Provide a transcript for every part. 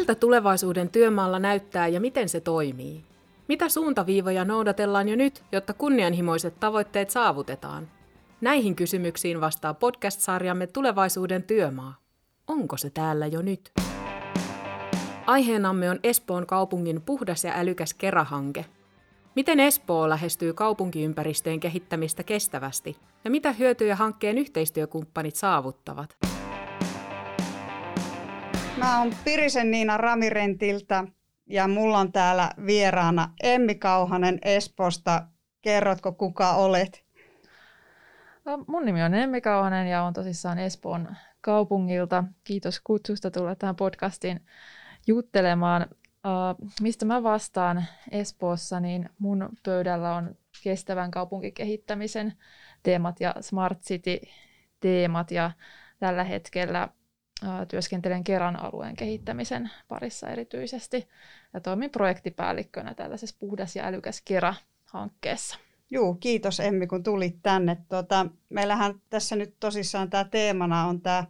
Miltä tulevaisuuden työmaalla näyttää ja miten se toimii? Mitä suuntaviivoja noudatellaan jo nyt, jotta kunnianhimoiset tavoitteet saavutetaan? Näihin kysymyksiin vastaa podcast-sarjamme Tulevaisuuden työmaa. Onko se täällä jo nyt? Aiheenamme on Espoon kaupungin puhdas ja älykäs Kera-hanke. Miten Espoo lähestyy kaupunkiympäristöjen kehittämistä kestävästi ja mitä hyötyjä hankkeen yhteistyökumppanit saavuttavat? Mä oon Pirisen Niina Ramirentiltä ja mulla on täällä vieraana Emmi Kauhanen Espoosta. Kerrotko, kuka olet? Mun nimi on Emmi Kauhanen ja olen tosissaan Espoon kaupungilta. Kiitos kutsusta tulla tähän podcastiin juttelemaan. Mistä mä vastaan Espoossa, niin mun pöydällä on kestävän kaupunkikehittämisen teemat ja Smart City-teemat ja tällä hetkellä työskentelen Keran alueen kehittämisen parissa erityisesti ja toimin projektipäällikkönä tällaisessa Puhdas ja älykäs Kera-hankkeessa. Juu, kiitos Emmi, kun tulit tänne. Meillähän tässä nyt tosissaan tämä teemana on tämä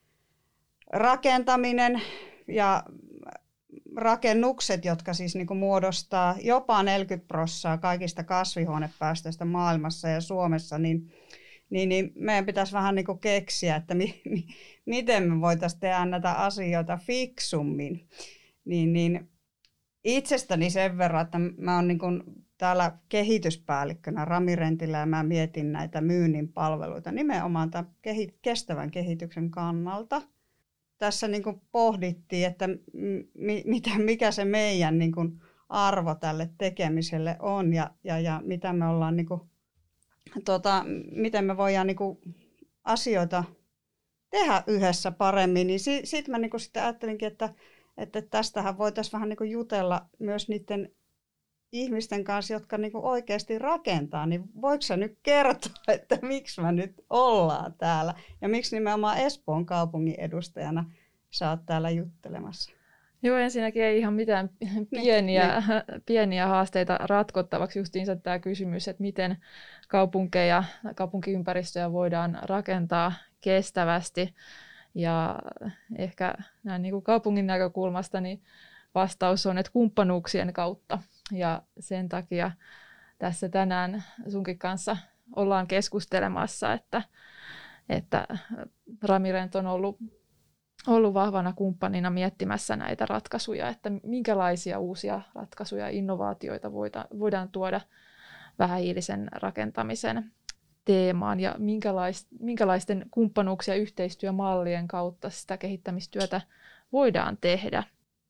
rakentaminen ja rakennukset, jotka siis niin kuin muodostaa jopa 40% kaikista kasvihuonepäästöistä maailmassa ja Suomessa, niin meidän pitäisi vähän niin kuin keksiä, että miten me voitaisiin tehdä näitä asioita fiksummin. Niin itsestäni sen verran, että mä oon niin kuin täällä kehityspäällikkönä Ramirentillä ja mä mietin näitä myynnin palveluita nimenomaan tämän kestävän kehityksen kannalta. Tässä niin kuin pohdittiin, että mikä se meidän niin kuin arvo tälle tekemiselle on ja mitä me ollaan niin kuin, miten me voidaan niin kuin asioita tehdä yhdessä paremmin. Niin sitten mä niin kuin sitten ajattelinkin, että tästähän voitaisiin vähän niin kuin jutella myös niiden ihmisten kanssa, jotka niin kuin oikeasti rakentaa. Niin voiko sä nyt kertoa, että miksi me nyt ollaan täällä ja miksi nimenomaan Espoon kaupungin edustajana sä oot täällä juttelemassa? Joo, ensinnäkin ei ihan mitään pieniä haasteita ratkottavaksi. Justiinsa tämä kysymys, että miten kaupunkeja, kaupunkiympäristöjä voidaan rakentaa kestävästi. Ja ehkä näin niin kuin kaupungin näkökulmasta niin vastaus on, että kumppanuuksien kautta. Ja sen takia tässä tänään sunkin kanssa ollaan keskustelemassa, että Ramirent on ollut vahvana kumppanina miettimässä näitä ratkaisuja, että minkälaisia uusia ratkaisuja ja innovaatioita voidaan tuoda vähähiilisen rakentamisen teemaan ja minkälaisten kumppanuuksia ja yhteistyömallien kautta sitä kehittämistyötä voidaan tehdä.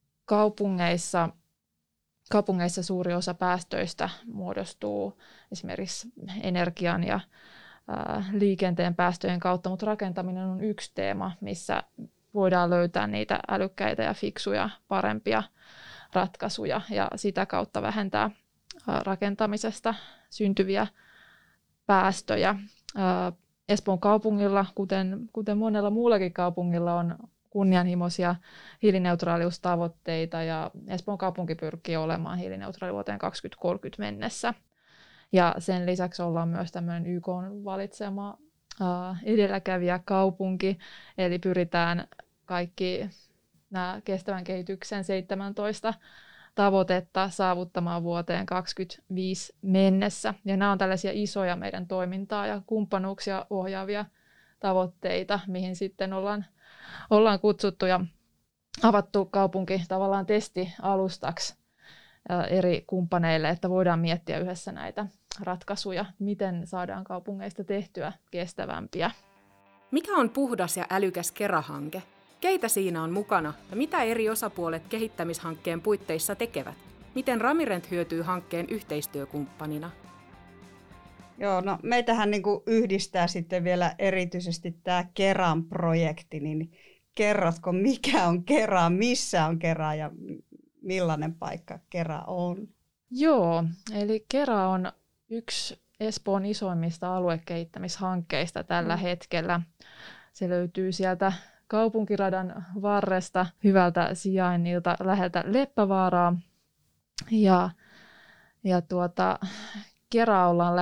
Kaupungeissa suuri osa päästöistä muodostuu esimerkiksi energian ja liikenteen päästöjen kautta, mutta rakentaminen on yksi teema, missä voidaan löytää niitä älykkäitä ja fiksuja, parempia ratkaisuja ja sitä kautta vähentää rakentamisesta syntyviä päästöjä. Espoon kaupungilla, kuten monella muullakin kaupungilla, on kunnianhimoisia hiilineutraaliustavoitteita ja Espoon kaupunki pyrkii olemaan hiilineutraali vuoteen 2030 mennessä. Ja sen lisäksi ollaan myös tämmöinen YK:n valitsema edelläkävijäkaupunki, eli pyritään kaikki nämä kestävän kehityksen 17 tavoitetta saavuttamaan vuoteen 2025 mennessä. Ja nämä on tällaisia isoja meidän toimintaa ja kumppanuuksia ohjaavia tavoitteita, mihin sitten ollaan kutsuttu ja avattu kaupunki tavallaan testialustaksi eri kumppaneille, että voidaan miettiä yhdessä näitä ratkaisuja, miten saadaan kaupungeista tehtyä kestävämpiä. Mikä on puhdas ja älykäs Kera-hanke? Keitä siinä on mukana ja mitä eri osapuolet kehittämishankkeen puitteissa tekevät? Miten Ramirent hyötyy hankkeen yhteistyökumppanina? Joo, no meitähän niin kuin yhdistää sitten vielä erityisesti tämä Keran projekti, niin kerrotko mikä on Kera, missä on Kera ja millainen paikka Kera on? Joo, eli Kera on yksi Espoon isoimmista aluekehittämishankkeista tällä hetkellä. Se löytyy sieltä kaupunkiradan varresta hyvältä sijainnilta läheltä Leppävaaraa. Ja Keraa ollaan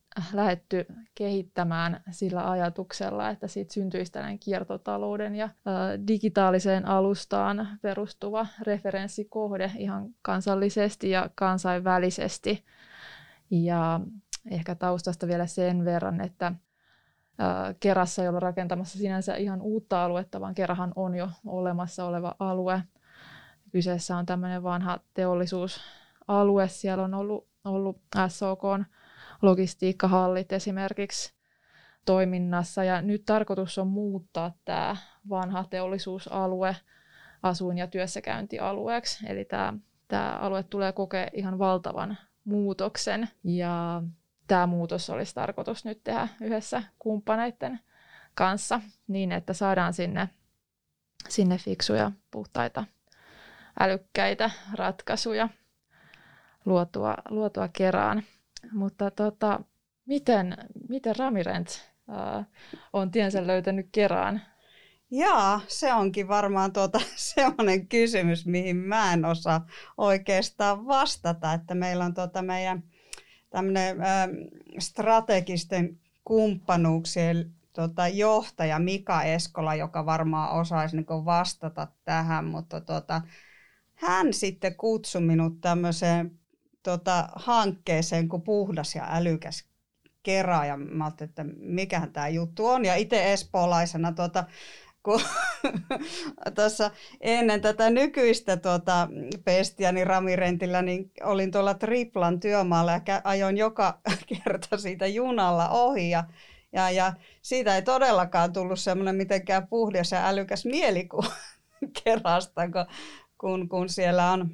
lähdetty kehittämään sillä ajatuksella, että siitä syntyisi tällainen kiertotalouden ja digitaaliseen alustaan perustuva referenssikohde ihan kansallisesti ja kansainvälisesti. Ja ehkä taustasta vielä sen verran, että Kerassa ei ole rakentamassa sinänsä ihan uutta aluetta, vaan Kerahan on jo olemassa oleva alue. Kyseessä on tämmöinen vanha teollisuusalue. Siellä on ollut SOK:n logistiikkahallit esimerkiksi toiminnassa. Ja nyt tarkoitus on muuttaa tämä vanha teollisuusalue asuin- ja työssäkäyntialueeksi. Eli tämä alue tulee kokea ihan valtavan muutoksen. Ja tämä muutos olisi tarkoitus nyt tehdä yhdessä kumppaneiden kanssa niin, että saadaan sinne fiksuja, puhtaita, älykkäitä ratkaisuja luotua Keraan. Mutta miten Ramirent on tiensä löytänyt Keraan? Jaa, se onkin varmaan sellainen kysymys, mihin mä en osaa oikeastaan vastata, että meillä on meidän tämmöinen strategisten kumppanuuksien johtaja Mika Eskola, joka varmaan osaisi vastata tähän, mutta hän sitten kutsui minut tämmöiseen hankkeeseen kuin Puhdas ja älykäs Kera, ja mä ajattelin, että mikähän tämä juttu on, ja itse espoolaisena kun tuossa ennen tätä nykyistä pestiäni Ramirentillä, niin olin tuolla Triplan työmaalla ja ajoin joka kerta siitä junalla ohi. Ja siitä ei todellakaan tullut semmoinen mitenkään puhdas ja älykäs mielikuva Kerasta, kun siellä on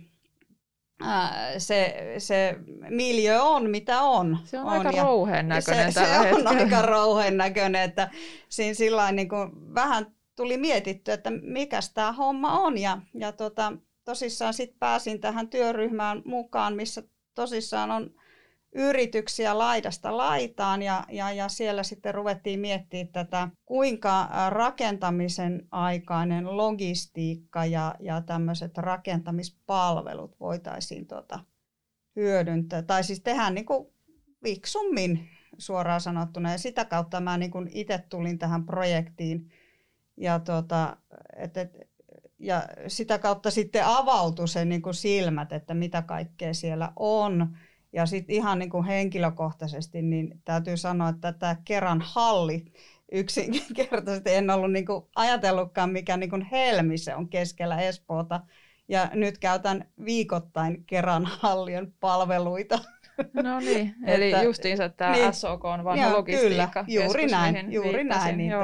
se miljö on, mitä on. Se on aika rouheen näköinen tällä hetkellä. Se on aika rouheen näköinen, että siinä sillain niin kuin vähän tuli mietitty, että mikäs tämä homma on. Ja tosissaan sitten pääsin tähän työryhmään mukaan, missä tosissaan on yrityksiä laidasta laitaan. Ja siellä sitten ruvettiin miettimään tätä, kuinka rakentamisen aikainen logistiikka ja tämmöiset rakentamispalvelut voitaisiin hyödyntää. Tai siis tehdä niin kuin fiksummin suoraan sanottuna. Ja sitä kautta mä niin kuin itse tulin tähän projektiin. Ja sitä kautta sitten avautui se niin kuin silmät, että mitä kaikkea siellä on. Ja sitten ihan niin kuin henkilökohtaisesti niin täytyy sanoa, että tämä Keran halli yksinkertaisesti en ollut niin kuin ajatellutkaan, mikä niin kuin helmi se on keskellä Espoota. Ja nyt käytän viikoittain Keran hallien palveluita. No niin, eli justiinsa tämä niin, SOK on vanha logistiikka. Kyllä, juuri näin. Niin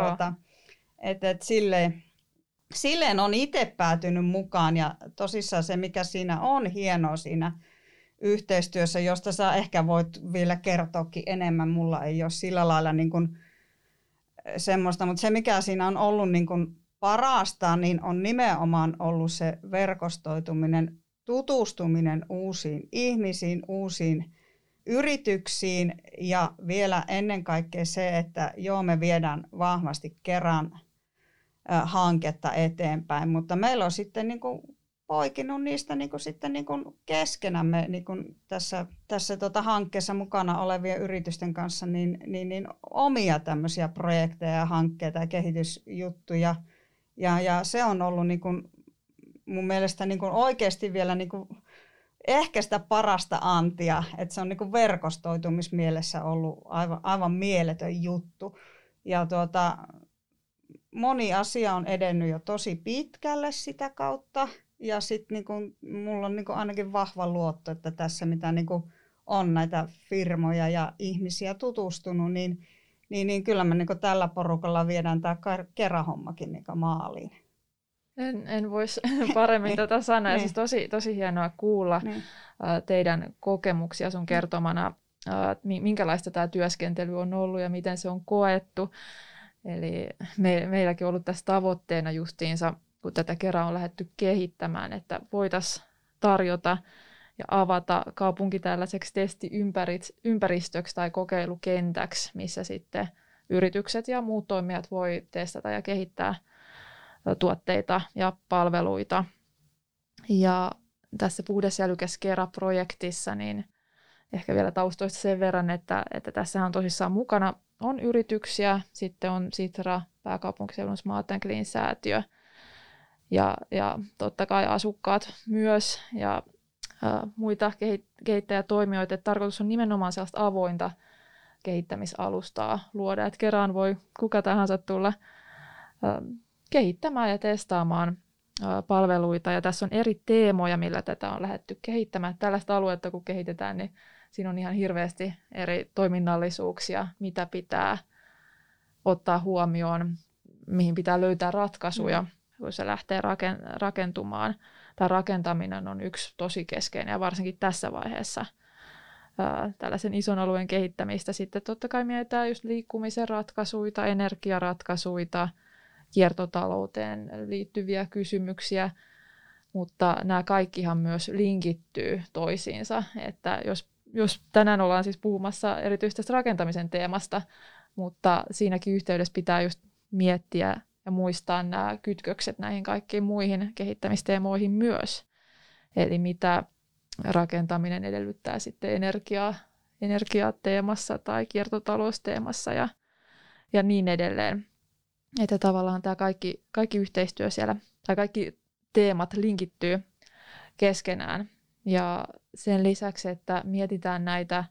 silleen on itse päätynyt mukaan, ja tosissaan se, mikä siinä on hienoa siinä yhteistyössä, josta sä ehkä voit vielä kertoakin enemmän, mulla ei ole sillä lailla niin kuin semmoista, mutta se mikä siinä on ollut niin kuin parasta, niin on nimenomaan ollut se verkostoituminen, tutustuminen uusiin ihmisiin, uusiin yrityksiin, ja vielä ennen kaikkea se, että me viedään vahvasti Keran hanketta eteenpäin, mutta meillä on sitten niin kuin poikinut niistä niin kuin sitten niin kuin keskenämme niin kuin tässä hankkeessa mukana olevien yritysten kanssa niin omia tämmöisiä projekteja ja hankkeita ja kehitysjuttuja, ja se on ollut niin kuin mun mielestä niin kuin oikeasti vielä niin kuin ehkä sitä parasta antia, että se on niin kuin verkostoitumismielessä ollut aivan mieletön juttu, ja moni asia on edennyt jo tosi pitkälle sitä kautta, ja sitten niinku, mulla on niinku ainakin vahva luotto, että tässä mitä niinku on näitä firmoja ja ihmisiä tutustunut, niin kyllä me niinku tällä porukalla viedään tämä Kera-hommakin niinku maaliin. En voisi paremmin tätä sanoa. Siis tosi hienoa kuulla teidän kokemuksia sun kertomana, minkälaista tämä työskentely on ollut ja miten se on koettu. Eli meilläkin on ollut tässä tavoitteena justiinsa, kun tätä Keraa on lähdetty kehittämään, että voitaisiin tarjota ja avata kaupunki tällaiseksi testiympäristöksi tai kokeilukentäksi, missä sitten yritykset ja muut toimijat voi testata ja kehittää tuotteita ja palveluita. Ja tässä Puhdas ja älykäs Kera -projektissa niin Ehkä vielä taustoista sen verran, että tässä on tosissaan mukana on yrityksiä, sitten on Sitra, pääkaupunkiseudun Smart & Clean-säätiö ja totta kai asukkaat myös ja muita kehittäjätoimijoita. Että tarkoitus on nimenomaan sellaista avointa kehittämisalustaa luoda, että kerran voi kuka tahansa tulla kehittämään ja testaamaan palveluita. Ja tässä on eri teemoja, millä tätä on lähdetty kehittämään. Tällaista aluetta kun kehitetään, niin siinä on ihan hirveästi eri toiminnallisuuksia, mitä pitää ottaa huomioon, mihin pitää löytää ratkaisuja, kun se lähtee rakentumaan. Tämä rakentaminen on yksi tosi keskeinen ja varsinkin tässä vaiheessa tällaisen ison alueen kehittämistä. Sitten totta kai mietitään just liikkumisen ratkaisuja, energiaratkaisuja, kiertotalouteen liittyviä kysymyksiä, mutta nämä kaikkihan myös linkittyy toisiinsa, että jos tänään ollaan siis puhumassa erityisesti rakentamisen teemasta, mutta siinäkin yhteydessä pitää just miettiä ja muistaa nämä kytkökset näihin kaikkiin muihin kehittämisteemoihin myös. Eli mitä rakentaminen edellyttää sitten energiateemassa tai kiertotalousteemassa ja niin edelleen. Että tavallaan tämä kaikki yhteistyö siellä, tai kaikki teemat linkittyy keskenään. Ja sen lisäksi, että mietitään näitä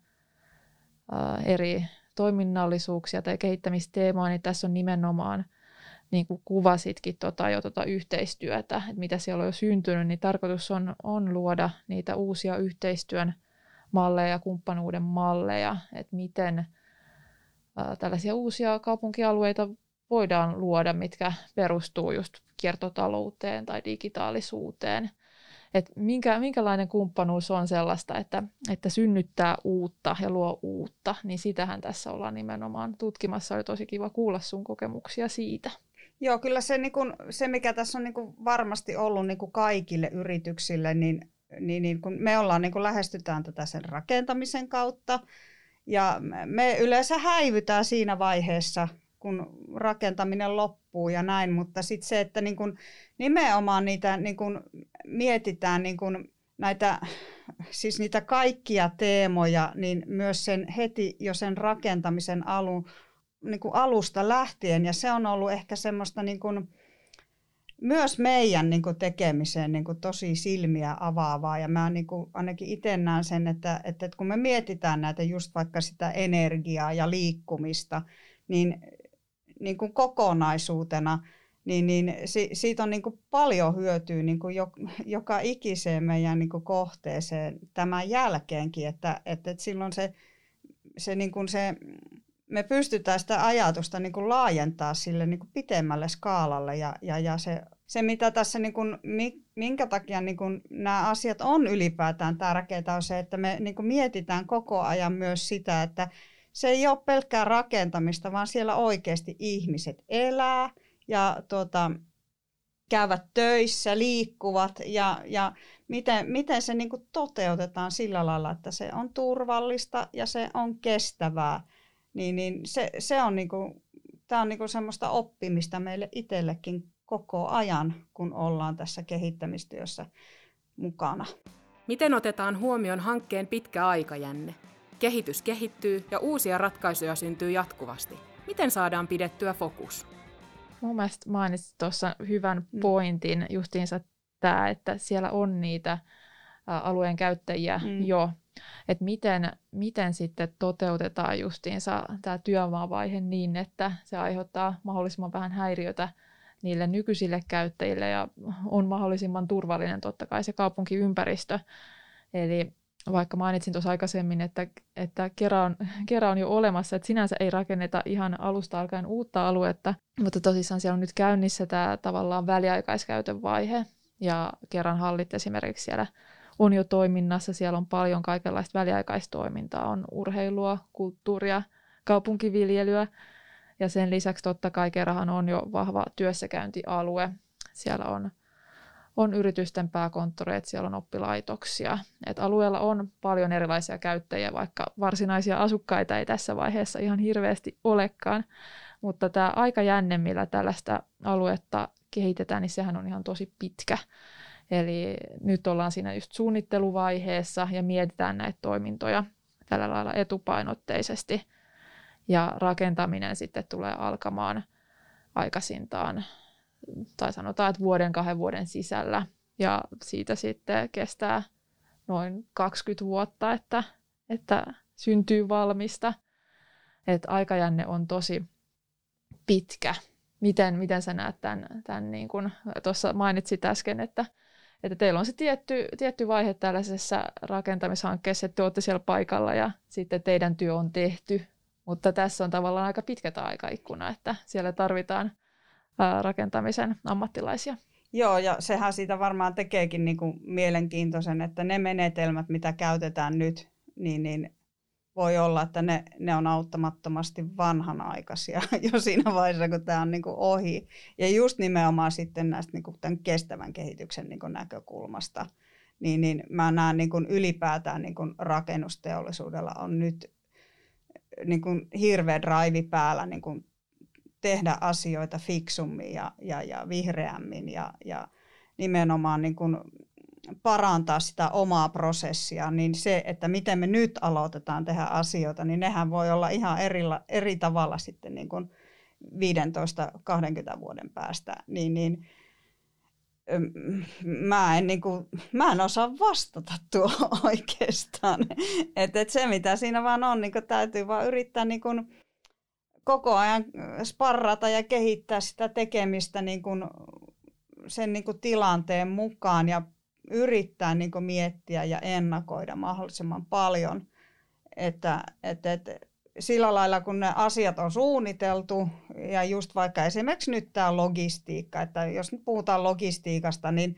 eri toiminnallisuuksia tai kehittämisteemoja, niin tässä on nimenomaan, niin kuin kuvasitkin yhteistyötä, että mitä siellä on jo syntynyt, niin tarkoitus on luoda niitä uusia yhteistyön malleja ja kumppanuuden malleja, että miten tällaisia uusia kaupunkialueita voidaan luoda, mitkä perustuu just kiertotalouteen tai digitaalisuuteen. Että minkälainen kumppanuus on sellaista, että synnyttää uutta ja luo uutta, niin sitähän tässä ollaan nimenomaan tutkimassa. Oli tosi kiva kuulla sun kokemuksia siitä. Joo, kyllä se mikä tässä on varmasti ollut kaikille yrityksille, niin kun me ollaan lähestytään tätä sen rakentamisen kautta, ja me yleensä häivytään siinä vaiheessa, kun rakentaminen loppuu ja näin, mutta sitten se, että nimenomaan niitä mietitään näitä, siis niitä kaikkia teemoja, niin myös sen heti jo sen rakentamisen alusta lähtien, ja se on ollut ehkä semmoista myös meidän tekemiseen tosi silmiä avaavaa, ja mä ainakin itse näen sen, että kun me mietitään näitä just vaikka sitä energiaa ja liikkumista, niin kuin kokonaisuutena, niin siitä on paljon hyötyä joka ikiseen meidän kohteeseen tämän jälkeenkin, että silloin me pystytään sitä ajatusta laajentaa sille pitemmälle skaalalle ja se mitä tässä minkä takia nämä asiat on ylipäätään tärkeää on se, että me mietitään koko ajan myös sitä, että se ei ole pelkkää rakentamista, vaan siellä oikeasti ihmiset elää ja käyvät töissä, liikkuvat ja miten se toteutetaan sillä lailla, että se on turvallista ja se on kestävää. Niin se on tämä on semmoista oppimista meille itsellekin koko ajan, kun ollaan tässä kehittämistyössä mukana. Miten otetaan huomioon hankkeen pitkä aikajänne? Kehitys kehittyy ja uusia ratkaisuja syntyy jatkuvasti. Miten saadaan pidettyä fokus? Mun mielestä mainitsit tuossa hyvän pointin justiinsa tämä, että siellä on niitä alueen käyttäjiä jo. Että miten sitten toteutetaan justiinsa tämä työmaavaihe niin, että se aiheuttaa mahdollisimman vähän häiriötä niille nykyisille käyttäjille ja on mahdollisimman turvallinen totta kai se kaupunkiympäristö. Eli vaikka mainitsin tuossa aikaisemmin, että kera on jo olemassa, että sinänsä ei rakenneta ihan alusta alkaen uutta aluetta, mutta tosissaan siellä on nyt käynnissä tämä tavallaan väliaikaiskäytön vaihe ja Keran hallit esimerkiksi siellä on jo toiminnassa, siellä on paljon kaikenlaista väliaikaistoimintaa, on urheilua, kulttuuria, kaupunkiviljelyä ja sen lisäksi totta kai Kerahan on jo vahva työssäkäyntialue, siellä on yritysten pääkonttoreita, siellä on oppilaitoksia. Et alueella on paljon erilaisia käyttäjiä, vaikka varsinaisia asukkaita ei tässä vaiheessa ihan hirveästi olekaan. Mutta tämä aikajänne, millä tällaista aluetta kehitetään, niin sehän on ihan tosi pitkä. Eli nyt ollaan siinä just suunnitteluvaiheessa ja mietitään näitä toimintoja. tällä lailla etupainotteisesti. Ja rakentaminen sitten tulee alkamaan aikaisintaan, tai sanotaan, että 1-2 vuoden sisällä. Ja siitä sitten kestää noin 20 vuotta, että syntyy valmista. Että aikajänne on tosi pitkä. Miten sä näet tämän niin kuin tuossa mainitsit äsken, että teillä on se tietty vaihe tällaisessa rakentamishankkeessa, että te olette siellä paikalla ja sitten teidän työ on tehty. Mutta tässä on tavallaan aika pitkä aikaikkuna, että siellä tarvitaan rakentamisen ammattilaisia. Joo, ja sehän siitä varmaan tekeekin niin kuin mielenkiintoisen, että ne menetelmät, mitä käytetään nyt, niin voi olla, että ne on auttamattomasti vanhanaikaisia jo siinä vaiheessa, kun tämä on niin kuin ohi. Ja just nimenomaan sitten näistä niin kuin tämän kestävän kehityksen niin kuin näkökulmasta, niin mä näen niin kuin ylipäätään niin kuin rakennusteollisuudella on nyt niin kuin hirveä drive päällä niin kuin tehdä asioita fiksummin ja vihreämmin ja nimenomaan niin kuin parantaa sitä omaa prosessia, niin se, että miten me nyt aloitetaan tehdä asioita, niin nehän voi olla ihan eri tavalla sitten niin kuin 15-20 vuoden päästä. Mä en osaa vastata tuohon oikeastaan. Et se, mitä siinä vaan on, niin täytyy vaan yrittää niin kuin koko ajan sparrata ja kehittää sitä tekemistä niin kuin sen niin kuin tilanteen mukaan ja yrittää niin kuin miettiä ja ennakoida mahdollisimman paljon. Että sillä lailla, kun ne asiat on suunniteltu, ja just vaikka esimerkiksi nyt tämä logistiikka, että jos nyt puhutaan logistiikasta, niin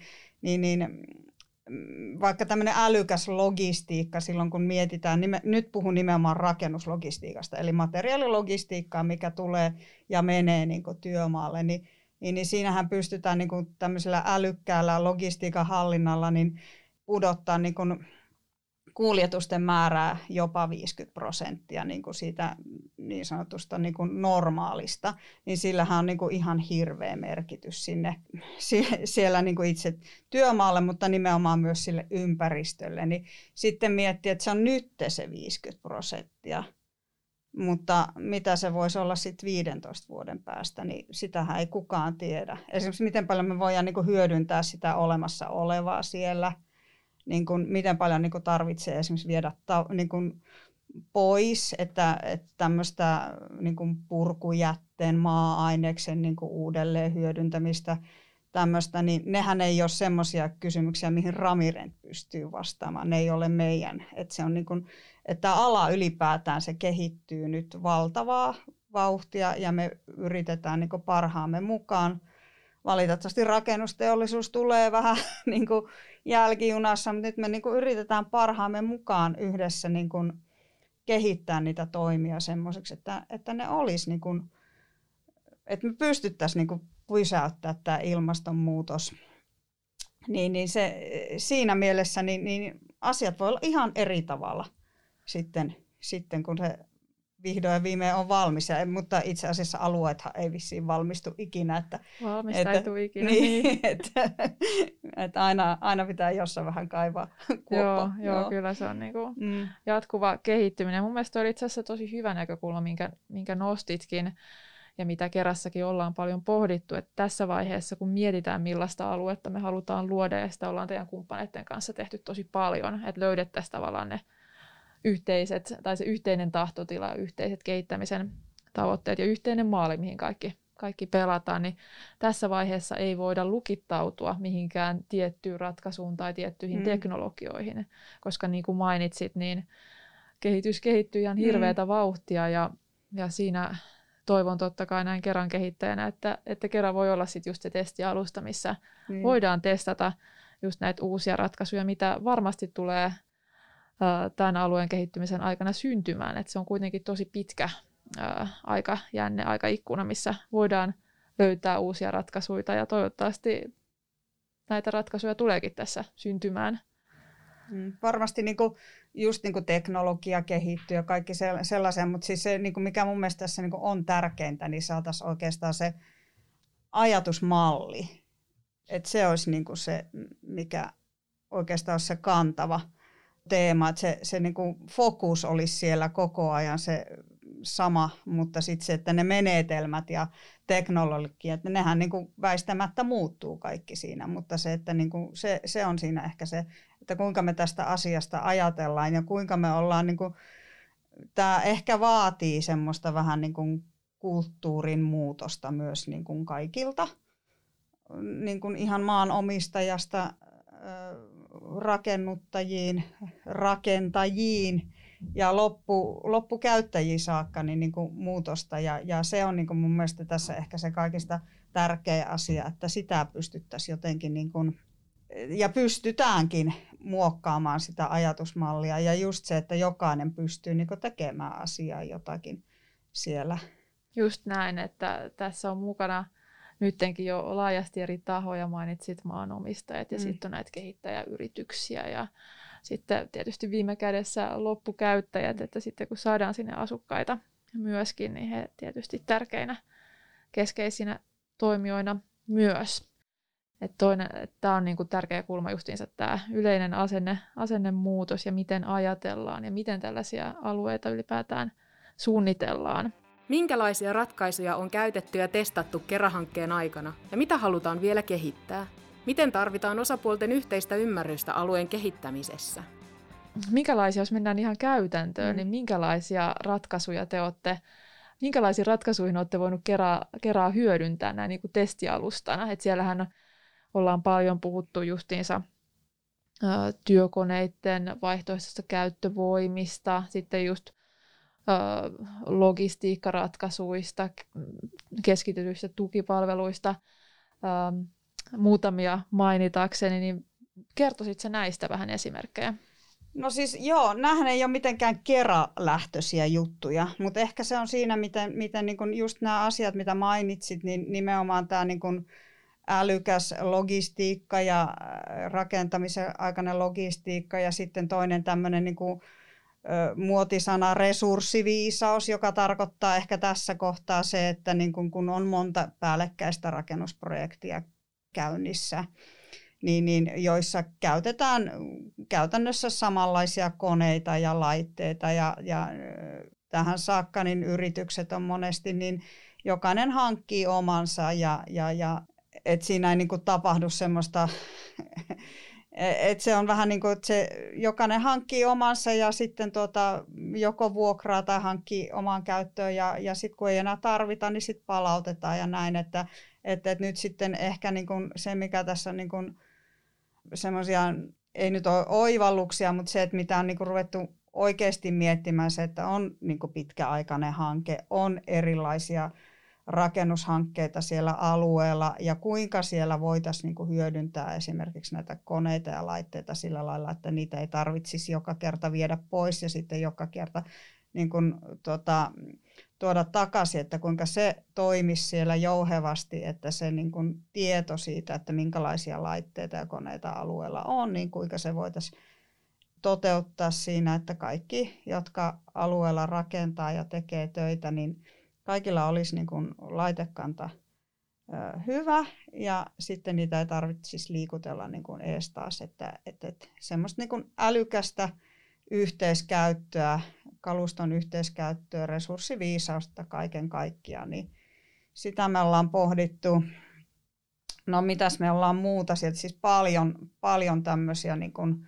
vaikka tämmöinen älykäs logistiikka silloin, kun mietitään, nyt puhun nimenomaan rakennuslogistiikasta, eli materiaalilogistiikkaa, mikä tulee ja menee niin kuin työmaalle, niin siinähän pystytään niin kuin tämmöisellä älykkäällä logistiikan hallinnalla niin pudottaa niin kuin kuljetusten määrää jopa 50% niin kuin siitä niin sanotusta niin kuin normaalista, niin sillähän on niin kuin ihan hirveä merkitys siellä niin kuin itse työmaalle, mutta nimenomaan myös sille ympäristölle. Niin sitten miettiä, että se on nyt se 50%, mutta mitä se voisi olla sitten 15 vuoden päästä, niin sitähän ei kukaan tiedä. Esimerkiksi miten paljon me voidaan niin kuin hyödyntää sitä olemassa olevaa siellä, niin kuin, miten paljon niin kuin tarvitsee esimerkiksi viedä niin kuin pois, että tämmöistä niin kuin purkujätteen, maa-aineksen niin kuin uudelleen hyödyntämistä, tämmöistä, niin nehän ei ole semmoisia kysymyksiä, mihin Ramirent pystyy vastaamaan. Ne ei ole meidän. Että se on niin kuin, että ala ylipäätään se kehittyy nyt valtavaa vauhtia ja me yritetään niin kuin parhaamme mukaan. Valitettavasti rakennusteollisuus tulee vähän niin kuin jälkijunassa, mutta nyt me niin kuin yritetään parhaamme mukaan yhdessä niin kuin kehittää niitä toimia semmoiseksi, että ne olisi, niin kuin, että me pystyttäisiin niin kuin pysäyttämään tämä ilmastonmuutos. Niin se, siinä mielessä niin asiat voi olla ihan eri tavalla sitten kun se vihdoin ja viimein on valmis, mutta itse asiassa alueethan ei vissiin valmistu ikinä. Valmistautuu ikinä. Niin, että aina pitää jossain vähän kaivaa kuoppaa. Joo, kyllä se on niinku jatkuva kehittyminen. Mun mielestä oli itse asiassa tosi hyvä näkökulma, minkä nostitkin ja mitä Kerässäkin ollaan paljon pohdittu, että tässä vaiheessa, kun mietitään millaista aluetta me halutaan luoda, ja sitä ollaan teidän kumppaneiden kanssa tehty tosi paljon, että löydettäisiin tavallaan ne yhteiset, tai se yhteinen tahtotila, yhteiset kehittämisen tavoitteet ja yhteinen maali, mihin kaikki pelataan, niin tässä vaiheessa ei voida lukittautua mihinkään tiettyyn ratkaisuun tai tiettyihin teknologioihin, koska niin kuin mainitsit, niin kehitys kehittyy ihan hirveätä vauhtia ja siinä toivon totta kai näin Keran kehittäjänä, että Kera voi olla sitten just se testialusta, missä voidaan testata just näitä uusia ratkaisuja, mitä varmasti tulee tämän alueen kehittymisen aikana syntymään. Et se on kuitenkin tosi pitkä aikajänne, aikaikkuna, missä voidaan löytää uusia ratkaisuja ja toivottavasti näitä ratkaisuja tuleekin tässä syntymään. Varmasti just teknologia kehittyy ja kaikki sellaisen, mutta siis se, mikä mun mielestä tässä on tärkeintä, niin saataisiin oikeastaan se ajatusmalli. Että se olisi se, mikä oikeastaan olisi se kantava teema, että se niin kuin fokus olisi siellä koko ajan se sama, mutta sitten se, että ne menetelmät ja teknologia, että nehän niin kuin väistämättä muuttuu kaikki siinä, mutta se, että niin kuin se on siinä ehkä se, että kuinka me tästä asiasta ajatellaan ja kuinka me ollaan, niin kuin, tämä ehkä vaatii semmoista vähän niin kuin kulttuurin muutosta myös niin kuin kaikilta, niin kuin ihan maanomistajasta rakennuttajiin, rakentajiin ja loppukäyttäjiin saakka niin kuin muutosta. Ja se on niin kuin mun mielestä tässä ehkä se kaikista tärkeä asia, että sitä pystyttäisiin jotenkin niin kuin, ja pystytäänkin muokkaamaan sitä ajatusmallia. Ja just se, että jokainen pystyy niin kuin tekemään asiaa jotakin siellä. Just näin, että tässä on mukana nyttenkin jo laajasti eri tahoja, mainitsit maanomistajat ja sitten on näitä kehittäjäyrityksiä ja sitten tietysti viime kädessä loppukäyttäjät, että sitten kun saadaan sinne asukkaita myöskin, niin he tietysti tärkeinä keskeisinä toimijoina myös. Tämä on niinku tärkeä kulma justiinsa tämä yleinen asennemuutos ja miten ajatellaan ja miten tällaisia alueita ylipäätään suunnitellaan. Minkälaisia ratkaisuja on käytetty ja testattu KERA-hankkeen aikana ja mitä halutaan vielä kehittää? Miten tarvitaan osapuolten yhteistä ymmärrystä alueen kehittämisessä? Jos mennään ihan käytäntöön, niin minkälaisia ratkaisuja minkälaisiin ratkaisuihin olette voinut KERAa hyödyntää näin niin kuin testialustana? Et siellähän ollaan paljon puhuttu justiinsa työkoneiden vaihtoehtoisista käyttövoimista, sitten just logistiikkaratkaisuista, keskitetyistä tukipalveluista, muutamia mainitakseni, niin kertoisit sä näistä vähän esimerkkejä? No siis joo, nämähän ei ole mitenkään KERA-lähtöisiä juttuja, mutta ehkä se on siinä, miten niin kun just nämä asiat, mitä mainitsit, niin nimenomaan tämä niin kun älykäs logistiikka ja rakentamisen aikainen logistiikka ja sitten toinen tämmöinen niin kun muotisana resurssiviisaus, joka tarkoittaa ehkä tässä kohtaa se, että niin kun on monta päällekkäistä rakennusprojektia käynnissä, niin joissa käytetään käytännössä samanlaisia koneita ja laitteita ja tähän saakka niin yritykset on monesti, niin jokainen hankkii omansa ja et siinä ei niin kuin tapahdu semmoista, että se on vähän niin kuin, että se jokainen hankkii omansa ja sitten joko vuokraa tai hankkii omaan käyttöön ja sitten kun ei enää tarvita, niin sitten palautetaan ja näin, että nyt sitten ehkä niin kuin se, mikä tässä on niin kuin semmoisia, ei nyt ole oivalluksia, mutta se, että mitä on niin kuin ruvettu oikeasti miettimään, se, että on niin kuin pitkäaikainen hanke, on erilaisia rakennushankkeita siellä alueella ja kuinka siellä voitaisiin niin kuin hyödyntää esimerkiksi näitä koneita ja laitteita sillä lailla, että niitä ei tarvitsisi joka kerta viedä pois ja sitten joka kerta niin kuin, tuoda takaisin, että kuinka se toimisi siellä jouhevasti, että se niin kuin tieto siitä, että minkälaisia laitteita ja koneita alueella on, niin kuinka se voitaisiin toteuttaa siinä, että kaikki, jotka alueella rakentaa ja tekee töitä, niin kaikilla olisi niin kuin laitekanta hyvä ja sitten niitä ei tarvitsisi liikutella niin kuin ees taas, että semmoista niin kuin älykästä yhteiskäyttöä, kaluston yhteiskäyttöä, resurssiviisausta kaiken kaikkiaan, niin sitä me ollaan pohdittu. No mitäs me ollaan muuta sieltä, siis paljon tämmöisiä, niin kuin,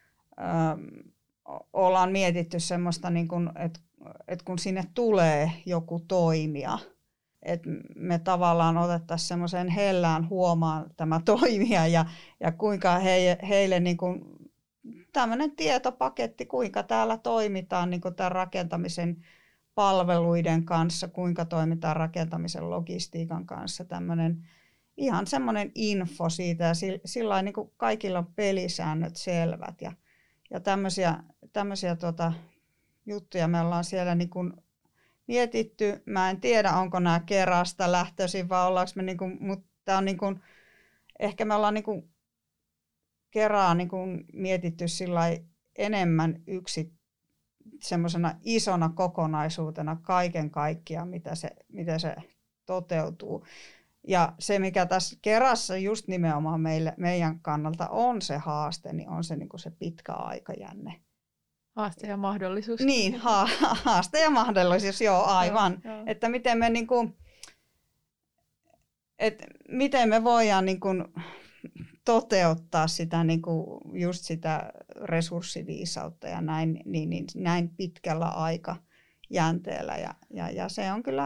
ollaan mietitty semmoista, niin kuin, että kun sinne tulee joku toimija, että me tavallaan otettaisiin semmoisen hellään huomaan tämä toimija ja kuinka heille niin kuin tämmöinen tietopaketti, kuinka täällä toimitaan niin kuin tämän rakentamisen palveluiden kanssa, kuinka toimitaan rakentamisen logistiikan kanssa, tämmöinen ihan semmoinen info siitä ja sillä niin kuin kaikilla on pelisäännöt selvät ja tämmöisiä juttuja me ollaan siellä niin kuin mietitty. Mä en tiedä, onko nämä KERAsta lähtöisin vai ollaanko me, niin kuin, mutta tämä on niin kuin, ehkä me ollaan niin kuin KERAa niin kuin mietitty enemmän semmoisena isona kokonaisuutena kaiken kaikkiaan, miten se toteutuu. Ja se, mikä tässä KERAssa just nimenomaan meidän kannalta on se haaste, niin on se, niin kuin se pitkä aikajänne. Haaste ja mahdollisuus. Niin, haaste ja mahdollisuus, joo, aivan. Joo. Että miten me, niin kuin, miten me voidaan niin kuin, toteuttaa sitä, niin kuin, just sitä resurssiviisautta ja näin pitkällä aikajänteellä. Ja se on kyllä,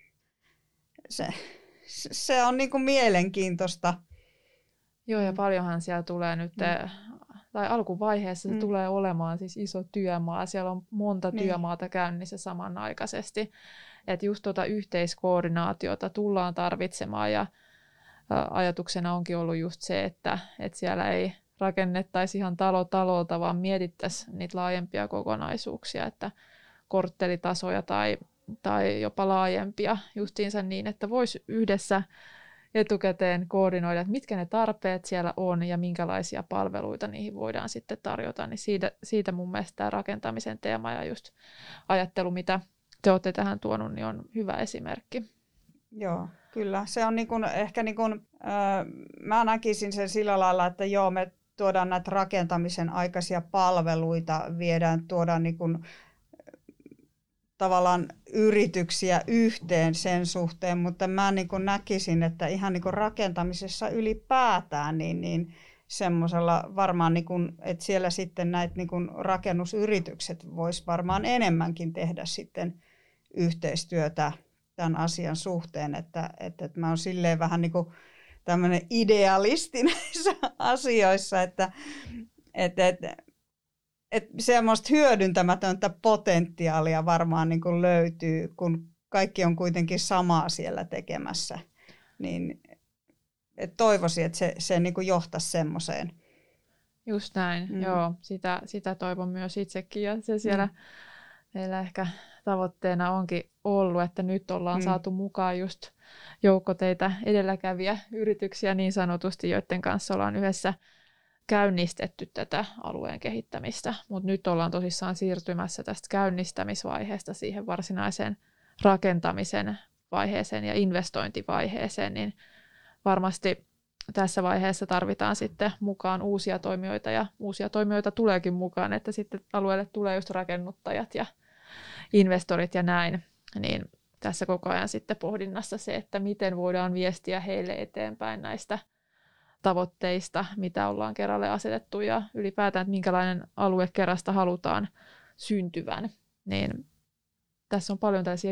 se on niin kuin mielenkiintoista. Joo, ja paljonhan siellä tulee nyt, tai alkuvaiheessa se tulee olemaan siis iso työmaa. Siellä on monta työmaata käynnissä samanaikaisesti. Että just tuota yhteiskoordinaatiota tullaan tarvitsemaan, ja ajatuksena onkin ollut just se, että siellä ei rakennettaisi ihan talo talolta, vaan mietittäisiin niitä laajempia kokonaisuuksia, että korttelitasoja tai jopa laajempia justiinsa niin, että voisi yhdessä etukäteen koordinoida, että mitkä ne tarpeet siellä on ja minkälaisia palveluita niihin voidaan sitten tarjota. Niin siitä mun mielestä tämä rakentamisen teema ja just ajattelu, mitä te olette tähän tuonut, niin on hyvä esimerkki. Joo, kyllä. Se on niin kuin, ehkä niin kuin, mä näkisin sen sillä lailla, että joo, me tuodaan näitä rakentamisen aikaisia palveluita, tuodaan niin kuin, tavallaan yrityksiä yhteen sen suhteen, mutta mä niin kuin näkisin, että ihan niin kuin rakentamisessa ylipäätään, niin semmoisella varmaan, niin kuin, että siellä sitten näitä niin kuin rakennusyritykset vois varmaan enemmänkin tehdä sitten yhteistyötä tämän asian suhteen, että mä oon silleen vähän niin kuin tämmöinen idealisti näissä asioissa, että semmoista hyödyntämätöntä potentiaalia varmaan niin kuin löytyy, kun kaikki on kuitenkin samaa siellä tekemässä, niin toivoisin, että se niin kuin johtaisi semmoiseen. Just näin, joo. Sitä toivon myös itsekin, ja se siellä meillä ehkä tavoitteena onkin ollut, että nyt ollaan saatu mukaan just joukko teitä edelläkävijä yrityksiä niin sanotusti, joiden kanssa ollaan yhdessä käynnistetty tätä alueen kehittämistä, mutta nyt ollaan tosissaan siirtymässä tästä käynnistämisvaiheesta siihen varsinaiseen rakentamisen vaiheeseen ja investointivaiheeseen, niin varmasti tässä vaiheessa tarvitaan sitten mukaan uusia toimijoita, ja uusia toimijoita tuleekin mukaan, että sitten alueelle tulee just rakennuttajat ja investorit ja näin, niin tässä koko ajan sitten pohdinnassa se, että miten voidaan viestiä heille eteenpäin näistä tavoitteista, mitä ollaan Keralle asetettu, ja ylipäätään, että minkälainen alue Kerasta halutaan syntyvän. Niin tässä on paljon tällaisia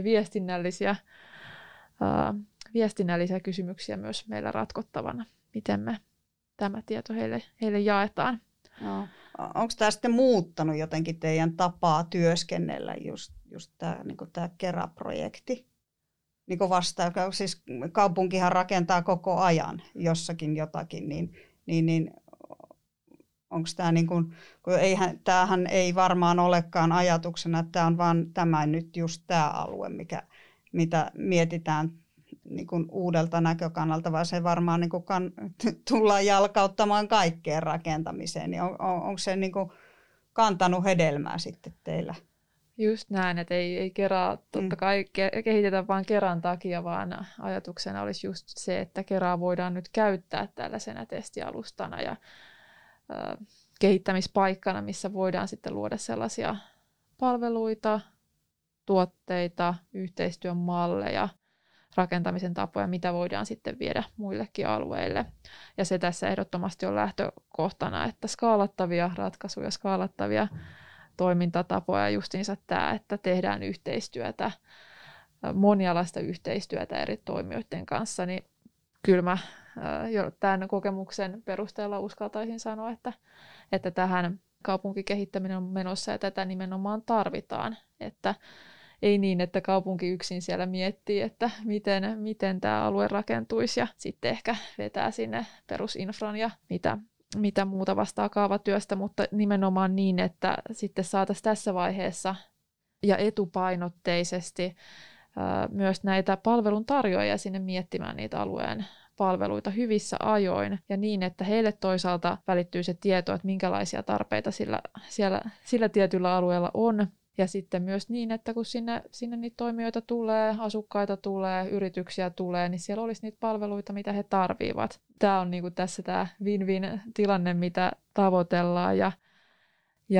viestinnällisiä kysymyksiä myös meillä ratkottavana, miten me tämä tieto heille jaetaan. No. Onko tämä sitten muuttanut jotenkin teidän tapaa työskennellä just tämä niin Kera-projekti? Niin kuin siis kaupunkihan rakentaa koko ajan jossakin jotakin, niin onko tämä niin kuin, kun tämähän ei varmaan olekaan ajatuksena, että tämä on vaan tämä nyt just tämä alue, mitä mietitään niin kuin uudelta näkökannalta, vaan se varmaan niin kuin tullaan jalkauttamaan kaikkeen rakentamiseen. Niin onko se niin kuin kantanut hedelmää sitten teillä? Just näin, että ei Keraa totta kai kehitetä vain Keran takia, vaan ajatuksena olisi just se, että Keraa voidaan nyt käyttää tällaisena testialustana ja kehittämispaikkana, missä voidaan sitten luoda sellaisia palveluita, tuotteita, yhteistyön malleja, rakentamisen tapoja, mitä voidaan sitten viedä muillekin alueille. Ja se tässä ehdottomasti on lähtökohtana, että skaalattavia ratkaisuja, skaalattavia toimintatapoja, justiinsa tämä, että tehdään yhteistyötä, monialaista yhteistyötä eri toimijoiden kanssa, niin kyllä mä jo tämän kokemuksen perusteella uskaltaisin sanoa, että tähän kaupunkikehittäminen on menossa ja tätä nimenomaan tarvitaan, että ei niin, että kaupunki yksin siellä miettii, että miten tämä alue rakentuisi ja sitten ehkä vetää sinne perusinfran ja mitä muuta vastaa kaavatyöstä, mutta nimenomaan niin, että sitten saataisiin tässä vaiheessa ja etupainotteisesti myös näitä palveluntarjoajia sinne miettimään niitä alueen palveluita hyvissä ajoin ja niin, että heille toisaalta välittyy se tieto, että minkälaisia tarpeita sillä tietyllä alueella on. Ja sitten myös niin, että kun sinne niitä toimijoita tulee, asukkaita tulee, yrityksiä tulee, niin siellä olisi niitä palveluita, mitä he tarvitsevat. Tämä on niin kuin tässä tämä win-win-tilanne, mitä tavoitellaan. Ja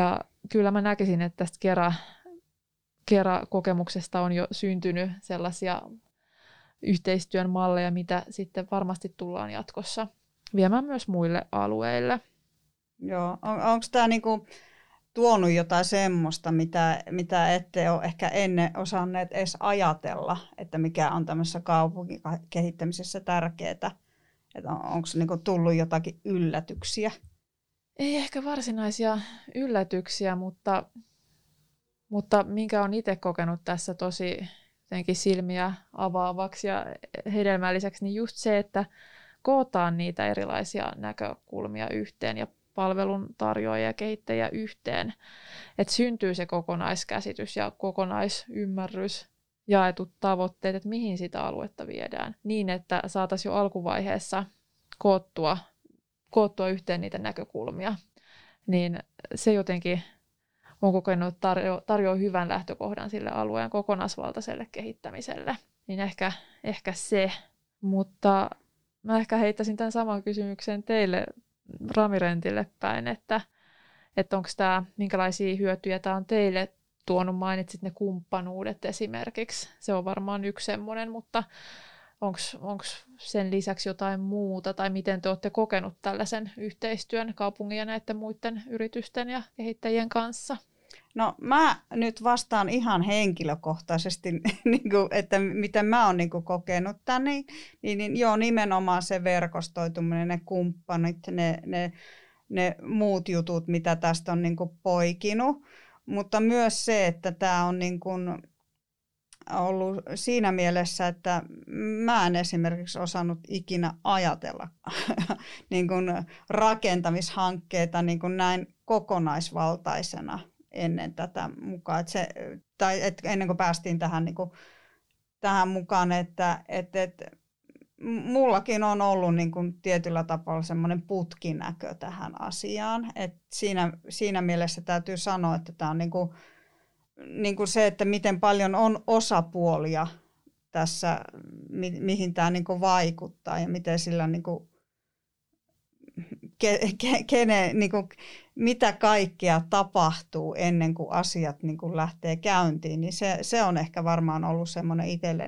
kyllä mä näkisin, että tästä Kera-kokemuksesta on jo syntynyt sellaisia yhteistyön malleja, mitä sitten varmasti tullaan jatkossa viemään myös muille alueille. Joo, onko tämä niinku tuonut jotain semmoista, mitä ette ole ehkä ennen osanneet edes ajatella, että mikä on tämmöisessä kaupunkikehittämisessä tärkeää? Onko niinku tullut jotakin yllätyksiä? Ei ehkä varsinaisia yllätyksiä, mutta minkä olen itse kokenut tässä tosi jotenkin silmiä avaavaksi ja hedelmälliseksi, niin just se, että kootaan niitä erilaisia näkökulmia yhteen ja palveluntarjoajia ja kehittäjiä yhteen, että syntyy se kokonaiskäsitys ja kokonaisymmärrys, jaetut tavoitteet, että mihin sitä aluetta viedään, niin että saataisiin jo alkuvaiheessa koottua yhteen niitä näkökulmia, niin se jotenkin on kokenut, että tarjoaa hyvän lähtökohdan sille alueen kokonaisvaltaiselle kehittämiselle. Niin ehkä se, mutta mä ehkä heittäisin tämän saman kysymyksen teille Ramirentille päin, että onko tämä, minkälaisia hyötyjä tämä on teille tuonut, mainitsit ne kumppanuudet esimerkiksi, se on varmaan yksi semmoinen, mutta onko sen lisäksi jotain muuta, tai miten te olette kokenut tällaisen yhteistyön kaupungin ja näiden muiden yritysten ja kehittäjien kanssa? No mä nyt vastaan ihan henkilökohtaisesti, että miten mä oon kokenut tämän, niin joo, nimenomaan se verkostoituminen, ne kumppanit, ne muut jutut, mitä tästä on poikinut, mutta myös se, että tämä on ollut siinä mielessä, että mä en esimerkiksi osannut ikinä ajatella rakentamishankkeita näin kokonaisvaltaisena ennen tätä mukaan. Ennen kuin päästiin tähän mukaan, että mullakin on ollut tietyllä tapaa semmoinen putkinäkö tähän asiaan. Et siinä mielessä täytyy sanoa, että tämä on se, että miten paljon on osapuolia tässä, mihin tämä vaikuttaa ja miten sillä mitä kaikkea tapahtuu ennen kuin asiat lähtee käyntiin, niin se on ehkä varmaan ollut semmoinen itselle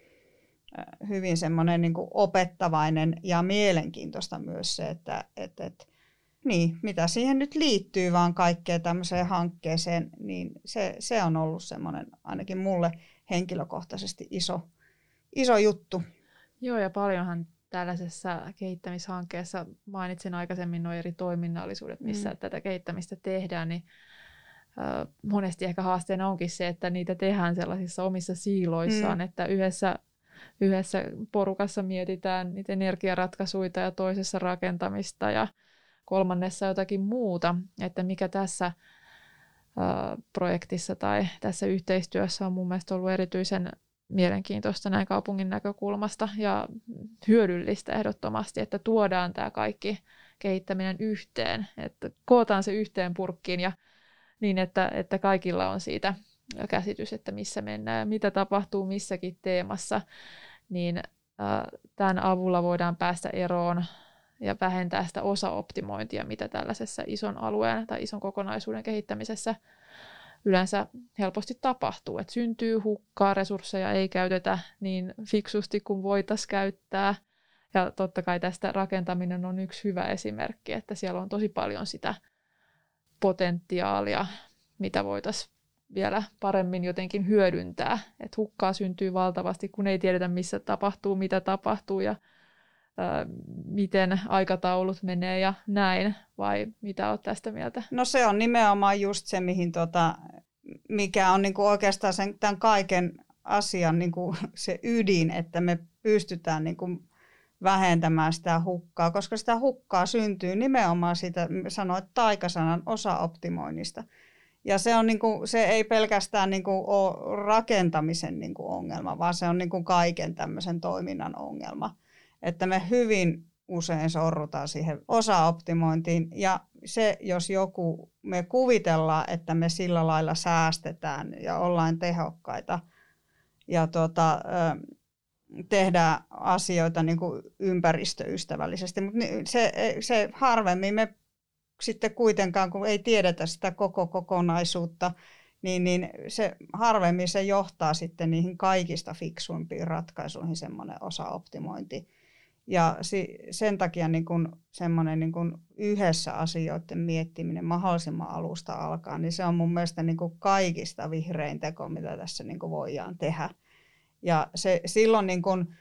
hyvin semmoinen opettavainen ja mielenkiintoista myös se, että niin, mitä siihen nyt liittyy vaan kaikkeen tämmöiseen hankkeeseen, niin se on ollut semmoinen ainakin mulle henkilökohtaisesti iso juttu. Joo, ja paljonhan tällaisessa kehittämishankkeessa, mainitsin aikaisemmin nuo eri toiminnallisuudet, missä tätä kehittämistä tehdään, niin monesti ehkä haasteena onkin se, että niitä tehdään sellaisissa omissa siiloissaan, että yhdessä porukassa mietitään niitä energiaratkaisuja ja toisessa rakentamista ja kolmannessa jotakin muuta, että mikä tässä projektissa tai tässä yhteistyössä on mun mielestä ollut erityisen mielenkiintoista näin kaupungin näkökulmasta ja hyödyllistä ehdottomasti, että tuodaan tämä kaikki kehittäminen yhteen, että kootaan se yhteen purkkiin ja niin, että kaikilla on siitä käsitys, että missä mennään ja mitä tapahtuu missäkin teemassa, niin tämän avulla voidaan päästä eroon ja vähentää sitä osaoptimointia, mitä tällaisessa ison alueen tai ison kokonaisuuden kehittämisessä yleensä helposti tapahtuu. Että syntyy hukkaa, resursseja ei käytetä niin fiksusti kuin voitaisiin käyttää. Ja totta kai tästä rakentaminen on yksi hyvä esimerkki, että siellä on tosi paljon sitä potentiaalia, mitä voitaisiin vielä paremmin jotenkin hyödyntää. Että hukkaa syntyy valtavasti, kun ei tiedetä, missä tapahtuu, mitä tapahtuu ja miten aikataulut menee ja näin, vai mitä olet tästä mieltä? No se on nimenomaan just se, mikä on oikeastaan tämän kaiken asian se ydin, että me pystytään vähentämään sitä hukkaa, koska sitä hukkaa syntyy nimenomaan siitä, sanoit taikasanan osaoptimoinnista. Ja se, on se ei pelkästään ole rakentamisen ongelma, vaan se on kaiken tämmöisen toiminnan ongelma. Että me hyvin usein sorrutaan siihen osaoptimointiin ja se, jos joku, me kuvitellaan, että me sillä lailla säästetään ja ollaan tehokkaita ja tehdään asioita ympäristöystävällisesti, mutta se harvemmin me sitten kuitenkaan, kun ei tiedetä sitä koko kokonaisuutta, niin se harvemmin se johtaa sitten niihin kaikista fiksuimpiin ratkaisuihin semmoinen osaoptimointi. Ja sen takia niin kun semmoinen niin kun yhdessä asioiden miettiminen mahdollisimman alusta alkaa, niin se on mun mielestä niin kun kaikista vihrein teko, mitä tässä niin kun voidaan tehdä. Ja se silloin niin kun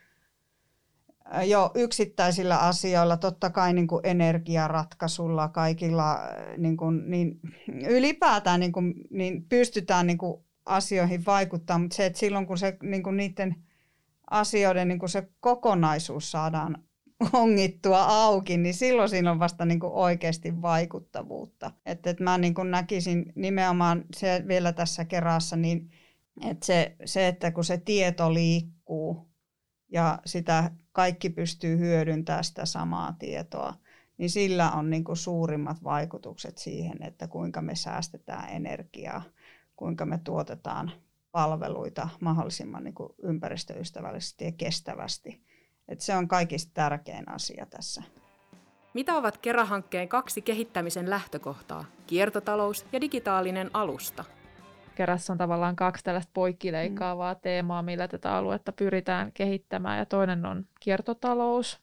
jo yksittäisillä asioilla, totta kai niin kuin energiaratkaisulla, kaikilla niin ylipäätään niin pystytään niin kuin asioihin vaikuttamaan, mutta se, että silloin kun se niin kuin niiden asioiden niin kuin se kokonaisuus saadaan ongittua auki, niin silloin siinä on vasta niin kuin oikeasti vaikuttavuutta. Että mä niin kuin näkisin nimenomaan se vielä tässä Kerassa, niin että se, että kun se tieto liikkuu ja sitä kaikki pystyy hyödyntämään sitä samaa tietoa, niin sillä on niin kuin suurimmat vaikutukset siihen, että kuinka me säästetään energiaa, kuinka me tuotetaan palveluita mahdollisimman niin kuin ympäristöystävällisesti ja kestävästi. Et se on kaikista tärkein asia tässä. Mitä ovat Kera-hankkeen 2 kehittämisen lähtökohtaa, kiertotalous ja digitaalinen alusta? Kerassa on tavallaan 2 tällaista poikkileikkaavaa teemaa, millä tätä aluetta pyritään kehittämään. Ja toinen on kiertotalous.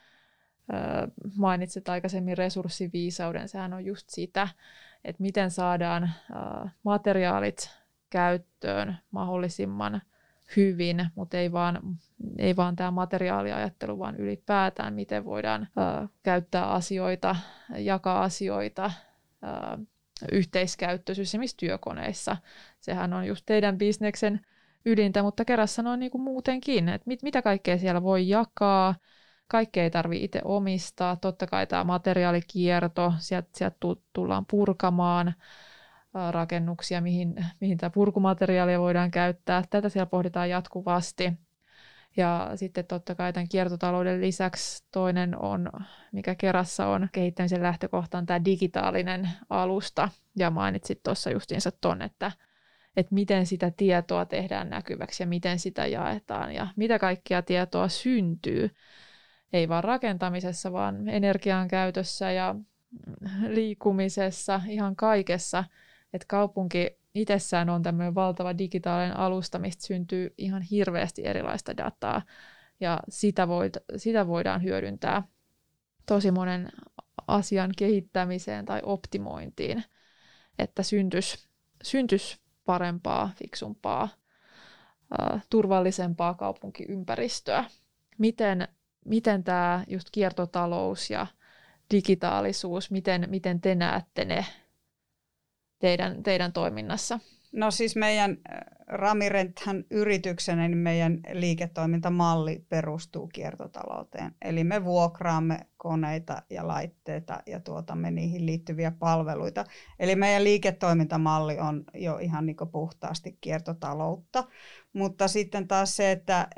Mainitsit aikaisemmin resurssiviisauden. Sehän on just sitä, että miten saadaan materiaalit käyttöön mahdollisimman hyvin, mutta ei vaan tämä materiaaliajattelu, vaan ylipäätään miten voidaan käyttää asioita, jakaa asioita, yhteiskäyttöisyys esimerkiksi työkoneissa. Sehän on just teidän bisneksen ydintä, mutta Kerassa on niin kuin muutenkin, että mitä kaikkea siellä voi jakaa. Kaikkea ei tarvitse itse omistaa. Totta kai tämä materiaalikierto, sieltä tullaan purkamaan rakennuksia, mihin tämä purkumateriaalia voidaan käyttää. Tätä siellä pohditaan jatkuvasti. Ja sitten totta kai tämän kiertotalouden lisäksi toinen on, mikä Kerassa on kehittämisen lähtökohta, on tämä digitaalinen alusta. Ja mainitsit tuossa justiinsa ton, että miten sitä tietoa tehdään näkyväksi ja miten sitä jaetaan ja mitä kaikkia tietoa syntyy. Ei vaan rakentamisessa, vaan energian käytössä ja liikkumisessa, ihan kaikessa. Että kaupunki itsessään on tämmöinen valtava digitaalinen alusta, mistä syntyy ihan hirveästi erilaista dataa, ja sitä voidaan hyödyntää tosi monen asian kehittämiseen tai optimointiin, että syntyisi parempaa, fiksumpaa, turvallisempaa kaupunkiympäristöä. Miten tämä just kiertotalous ja digitaalisuus, miten te näette ne teidän toiminnassa? No siis meidän Ramirenthän yrityksenä, niin meidän liiketoimintamalli perustuu kiertotalouteen. Eli me vuokraamme koneita ja laitteita ja tuotamme niihin liittyviä palveluita. Eli meidän liiketoimintamalli on jo ihan niin kuin puhtaasti kiertotaloutta. Mutta sitten taas se, että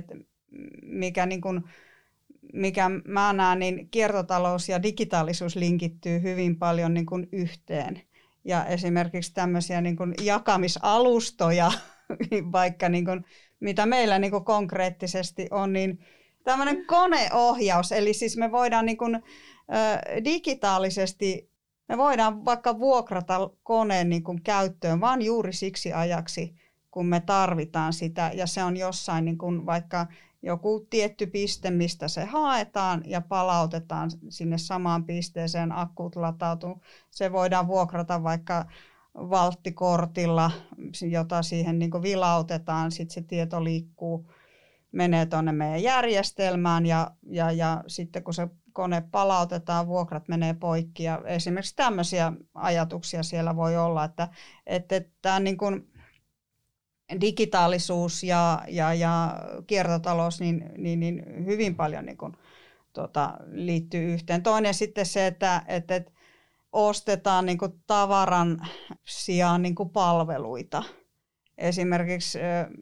mikä mä näen, niin kiertotalous ja digitaalisuus linkittyy hyvin paljon niin kuin yhteen. Ja esimerkiksi tämmöisiä niin kuin jakamisalustoja, vaikka niin kuin, mitä meillä niin kuin konkreettisesti on, niin tämmöinen koneohjaus, eli siis me voidaan niin kuin, digitaalisesti, me voidaan vaikka vuokrata koneen niin kuin käyttöön vain juuri siksi ajaksi, kun me tarvitaan sitä, ja se on jossain niin kuin vaikka joku tietty piste, mistä se haetaan ja palautetaan sinne samaan pisteeseen, akkut latautuu. Se voidaan vuokrata vaikka valttikortilla, jota siihen niin kuin vilautetaan, sitten se tieto liikkuu, menee tuonne meidän järjestelmään ja sitten kun se kone palautetaan, vuokrat menee poikki ja esimerkiksi tämmöisiä ajatuksia siellä voi olla, että tämä niin kuin digitaalisuus ja kiertotalous niin hyvin paljon niin kuin, liittyy yhteen. Toinen sitten se, että ostetaan niin kuin tavaran sijaan niin kuin palveluita. Esimerkiksi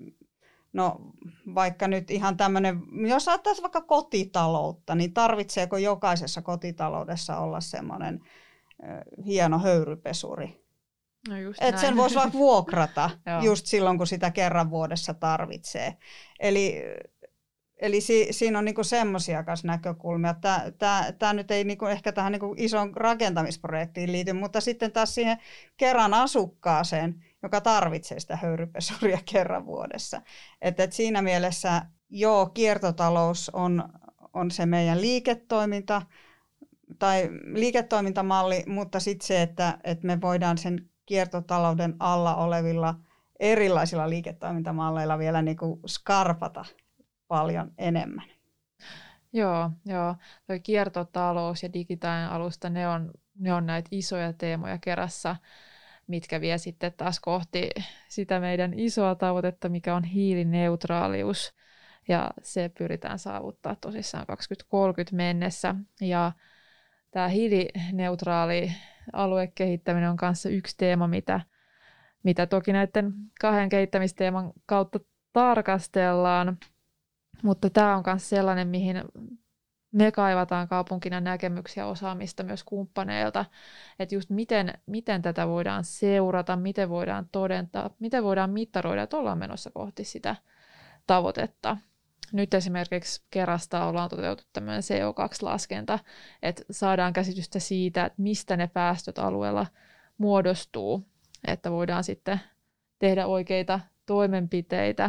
vaikka nyt ihan tämmöinen, jos ajattelisi vaikka kotitaloutta, niin tarvitseeko jokaisessa kotitaloudessa olla semmoinen hieno höyrypesuri? No että sen voisi vaikka vuokrata just silloin, kun sitä kerran vuodessa tarvitsee. Eli siinä on niinku semmoisia näkökulmia. Tämä nyt ei niinku ehkä tähän niinku isoon rakentamisprojektiin liity, mutta sitten taas siihen kerran asukkaaseen, joka tarvitsee sitä höyrypesuria kerran vuodessa. Et siinä mielessä joo, kiertotalous on se meidän liiketoiminta tai liiketoimintamalli, mutta sitten se, että me voidaan sen kiertotalouden alla olevilla erilaisilla liiketoimintamalleilla vielä niinku skarpata paljon enemmän. Joo. Toi kiertotalous ja digitaalinen alusta, ne on näitä isoja teemoja Kerassa, mitkä vie sitten taas kohti sitä meidän isoa tavoitetta, mikä on hiilineutraalius. Ja se pyritään saavuttaa tosissaan 2030 mennessä. Ja tämä hiilineutraali aluekehittäminen on kanssa yksi teema, mitä toki näiden 2 kehittämisteeman kautta tarkastellaan. Mutta tämä on myös sellainen, mihin me kaivataan kaupunkina näkemyksiä ja osaamista myös kumppaneilta, että just miten tätä voidaan seurata, miten voidaan todentaa, miten voidaan mittaroida, että ollaan menossa kohti sitä tavoitetta. Nyt esimerkiksi Kerasta ollaan toteutettu tämmöinen CO2-laskenta, että saadaan käsitystä siitä, että mistä ne päästöt alueella muodostuu, että voidaan sitten tehdä oikeita toimenpiteitä.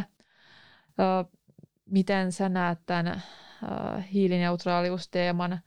Miten sä näet tämän hiilineutraaliusteeman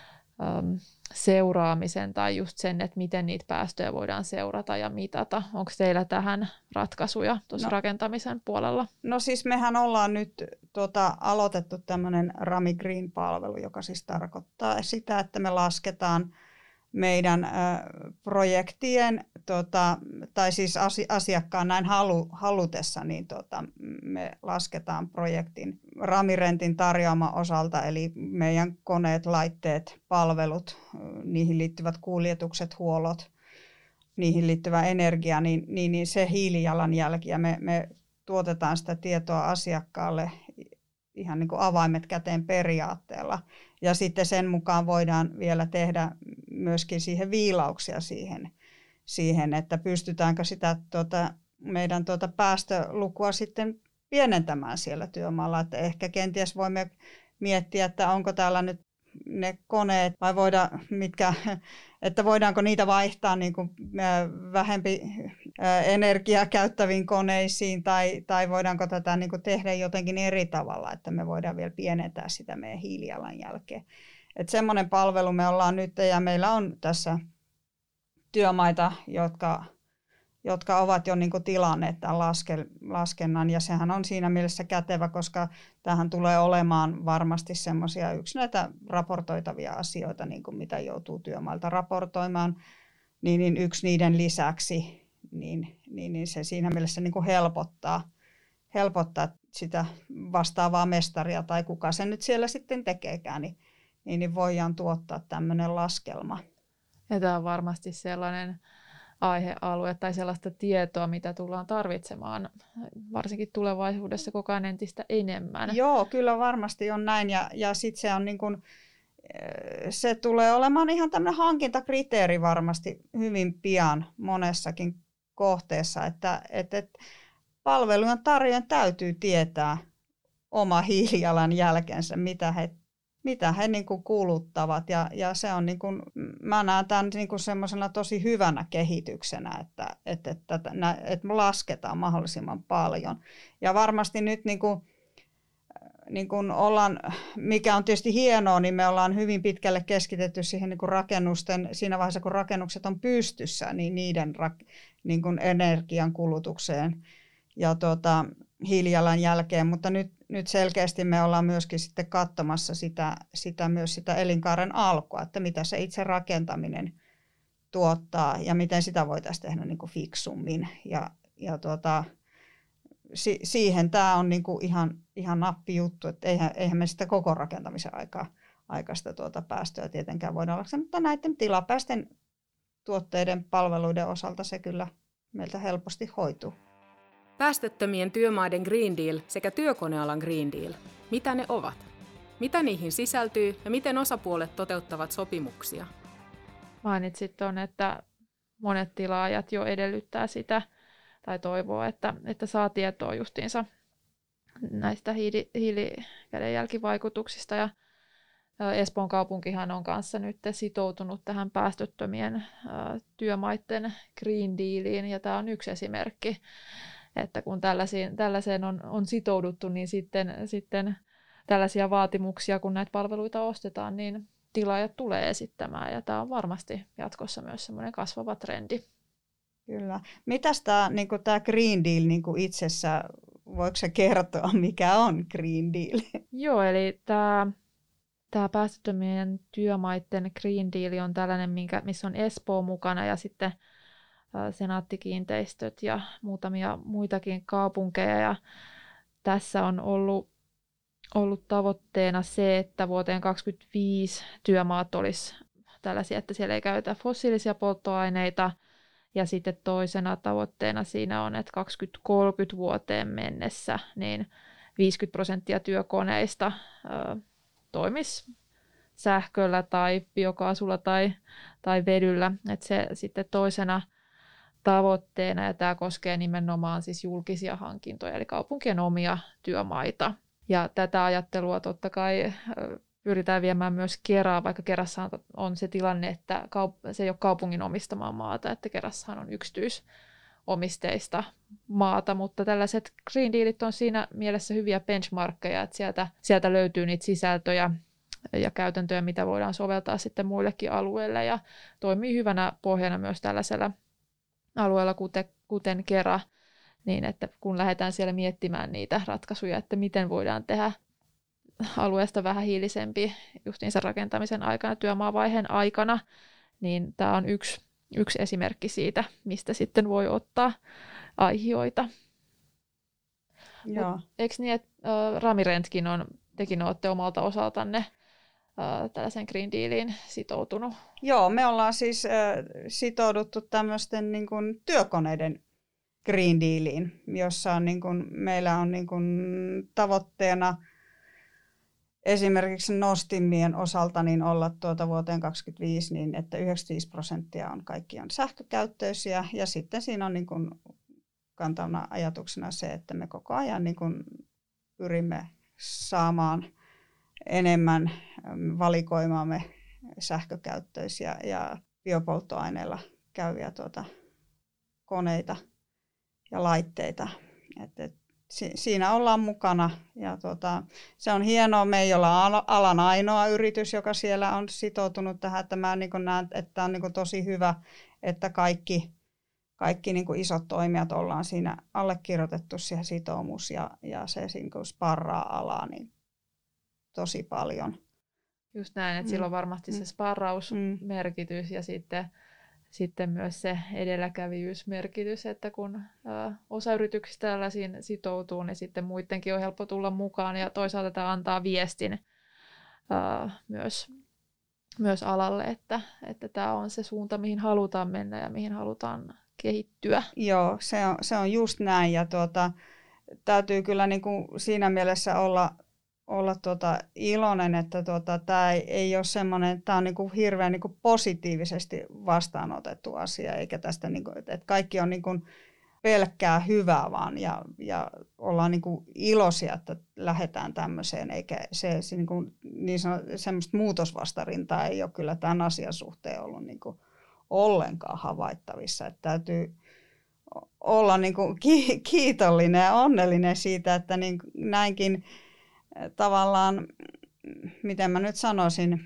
seuraamisen tai just sen, että miten niitä päästöjä voidaan seurata ja mitata? Onko teillä tähän ratkaisuja tuossa rakentamisen puolella? No siis mehän ollaan nyt aloitettu tämmöinen Rami Green-palvelu, joka siis tarkoittaa sitä, että me lasketaan meidän projektien, tai siis asiakkaan näin halutessa, niin me lasketaan projektin Rami-rentin tarjoama osalta, eli meidän koneet, laitteet, palvelut, niihin liittyvät kuljetukset, huollot, niihin liittyvä energia, niin se hiilijalanjälki, ja me tuotetaan sitä tietoa asiakkaalle ihan niin kuin avaimet käteen periaatteella. Ja sitten sen mukaan voidaan vielä tehdä myöskin siihen viilauksia siihen että pystytäänkö sitä meidän päästölukua sitten pienentämään siellä työmaalla. Että ehkä kenties voimme miettiä, että onko täällä nyt ne koneet vai että voidaanko niitä vaihtaa niin kuin vähempi energiaa käyttäviin koneisiin tai voidaanko tätä niin kuin tehdä jotenkin eri tavalla, että me voidaan vielä pienentää sitä meidän hiilijalanjälkeä. Että semmoinen palvelu me ollaan nyt ja meillä on tässä työmaita, jotka ovat jo niin kuin tilanneet tämän laskennan, ja sehän on siinä mielessä kätevä, koska tähän tulee olemaan varmasti semmoisia yksi näitä raportoitavia asioita, niin kuin mitä joutuu työmailta raportoimaan, niin yksi niiden lisäksi, niin se siinä mielessä niin kuin helpottaa sitä vastaavaa mestaria tai kuka sen nyt siellä sitten tekeekään, niin voidaan tuottaa tämmöinen laskelma. Ja tämä on varmasti sellainen aihealue tai sellaista tietoa, mitä tullaan tarvitsemaan varsinkin tulevaisuudessa koko ajan entistä enemmän. Joo, kyllä varmasti on näin, ja sitten se on niin kuin, se tulee olemaan ihan tämmöinen hankintakriteeri varmasti hyvin pian monessakin kohteessa, että palvelujen tarjoajan täytyy tietää oma hiilijalanjälkensä, mitä he niin kuin kuluttavat, ja se on niin kuin, mä näen tämän niin kuin semmoisena tosi hyvänä kehityksenä, että me lasketaan mahdollisimman paljon. Ja varmasti nyt niin kuin ollaan, mikä on tietysti hienoa, niin me ollaan hyvin pitkälle keskitetty siihen niin kuin rakennusten, siinä vaiheessa kun rakennukset on pystyssä, niin niiden niin kuin energian kulutukseen ja hiilijalanjälkeen, mutta nyt selkeästi me ollaan myöskin sitten katsomassa myös sitä elinkaaren alkua, että mitä se itse rakentaminen tuottaa ja miten sitä voitaisiin tehdä niin kuin fiksummin. Siihen tämä on niin kuin ihan nappijuttu, että eihän me sitä koko rakentamisen aikaista päästöä tietenkään voida olla, mutta näiden tilapäisten tuotteiden palveluiden osalta se kyllä meiltä helposti hoituu. Päästöttömien työmaiden Green Deal sekä työkonealan Green Deal. Mitä ne ovat? Mitä niihin sisältyy ja miten osapuolet toteuttavat sopimuksia? Mainitsit tuon, että monet tilaajat jo edellyttää sitä tai toivoo, että saa tietoa justiinsa näistä hiilikädenjälkivaikutuksista. Ja Espoon kaupunkihan on kanssa nyt sitoutunut tähän päästöttömien työmaiden Green Dealiin, ja tämä on yksi esimerkki, että kun tällaiseen on sitouduttu, niin sitten tällaisia vaatimuksia, kun näitä palveluita ostetaan, niin tilaajat tulee esittämään, ja tämä on varmasti jatkossa myös semmoinen kasvava trendi. Kyllä. Mitäs tämä Green Deal itsessä, voiko se kertoa, mikä on Green Deal? Joo, eli tämä päästöttömien työmaiden Green Deal on tällainen, missä on Espoo mukana ja sitten Senaatti-kiinteistöt ja muutamia muitakin kaupunkeja. Ja tässä on ollut tavoitteena se, että vuoteen 2025 työmaat olisi tällaisia, että siellä ei käytetä fossiilisia polttoaineita. Ja sitten toisena tavoitteena siinä on, että 2030 vuoteen mennessä niin 50% työkoneista toimisi sähköllä tai biokaasulla tai vedyllä. Et se sitten toisena tavoitteena, ja tämä koskee nimenomaan siis julkisia hankintoja, eli kaupunkien omia työmaita. Ja tätä ajattelua totta kai pyritään viemään myös Keraan, vaikka Kerassa on se tilanne, että se ei ole kaupungin omistamaa maata, että Kerassahan on yksityisomisteista maata, mutta tällaiset Green Dealit on siinä mielessä hyviä benchmarkkeja, että sieltä löytyy niitä sisältöjä ja käytäntöjä, mitä voidaan soveltaa sitten muillekin alueille, ja toimii hyvänä pohjana myös tällaisella alueella, kuten Kera, niin että kun lähdetään siellä miettimään niitä ratkaisuja, että miten voidaan tehdä alueesta vähän hiilisempi justiinsa rakentamisen aikana, työmaavaiheen aikana, niin tämä on yksi esimerkki siitä, mistä sitten voi ottaa aihioita. Eikö niin, että Ramirentkin tekin olette omalta osaltanne tällaisen Green Dealiin sitoutunut? Joo, me ollaan siis sitouduttu tämmöisten niin kuin työkoneiden Green Dealiin, jossa on, niin kuin, meillä on niin kuin tavoitteena esimerkiksi nostimien osalta niin olla vuoteen 2025 niin, että 95% on kaikki on sähkökäyttöisiä, ja sitten siinä on niin kuin kantavana ajatuksena se, että me koko ajan niin kuin pyrimme saamaan enemmän valikoimaamme sähkökäyttöisiä ja biopolttoaineilla käyviä koneita ja laitteita. Siinä ollaan mukana, ja se on hienoa. Me ei olla alan ainoa yritys, joka siellä on sitoutunut tähän. Että mä niin näen, että on niin tosi hyvä, että kaikki niin isot toimijat ollaan siinä allekirjoitettu siihen sitoumus, ja se niin sparraa alaa niin tosi paljon. Just näin, että sillä on varmasti se sparrausmerkitys ja sitten myös se edelläkävijyysmerkitys, että kun osa yrityksistä tällaisiin sitoutuu, niin sitten muidenkin on helppo tulla mukaan, ja toisaalta tämä antaa viestin myös alalle, että tämä on se suunta, mihin halutaan mennä ja mihin halutaan kehittyä. Joo, se on just näin, ja täytyy kyllä niin kuin siinä mielessä olla iloinen, että tämä ei ole semmoinen, tämä on niin kuin hirveän niin kuin positiivisesti vastaanotettu asia, eikä tästä, niin kuin, että kaikki on niin kuin pelkkää hyvää vaan, ja ollaan niin kuin iloisia, että lähdetään tämmöiseen, eikä se niin kuin, semmoista muutosvastarintaa ei ole kyllä tämän asian suhteen ollut niin kuin ollenkaan havaittavissa, että täytyy olla niin kuin kiitollinen ja onnellinen siitä, että niin näinkin tavallaan, miten mä nyt sanoisin,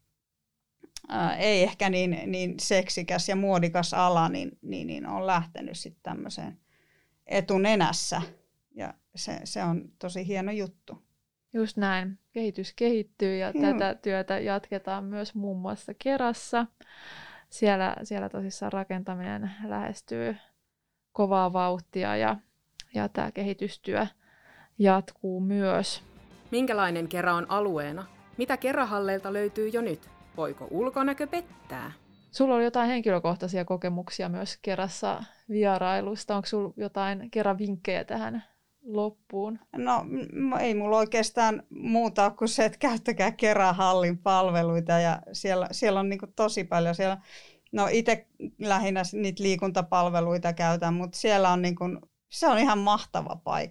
ei ehkä niin seksikäs ja muodikas ala, niin on lähtenyt sitten tämmöiseen etunenässä. Ja se on tosi hieno juttu. Just näin. Kehitys kehittyy, ja tätä työtä jatketaan myös muun muassa Kerassa. Siellä tosissaan rakentaminen lähestyy kovaa vauhtia, ja tämä kehitystyö jatkuu myös. Minkälainen Kera on alueena? Mitä Kerahalleilta löytyy jo nyt? Voiko ulkonäkö pettää? Sulla oli jotain henkilökohtaisia kokemuksia myös Kerassa vierailusta. Onko sulla jotain Kera-vinkkejä tähän loppuun? No ei mulla oikeastaan muuta kuin se, että käyttäkää Kerahallin palveluita, ja siellä on niinku tosi paljon. Siellä, no itse lähinnä niitä liikuntapalveluita käytän, mutta siellä on niinku, se on ihan mahtava paikka.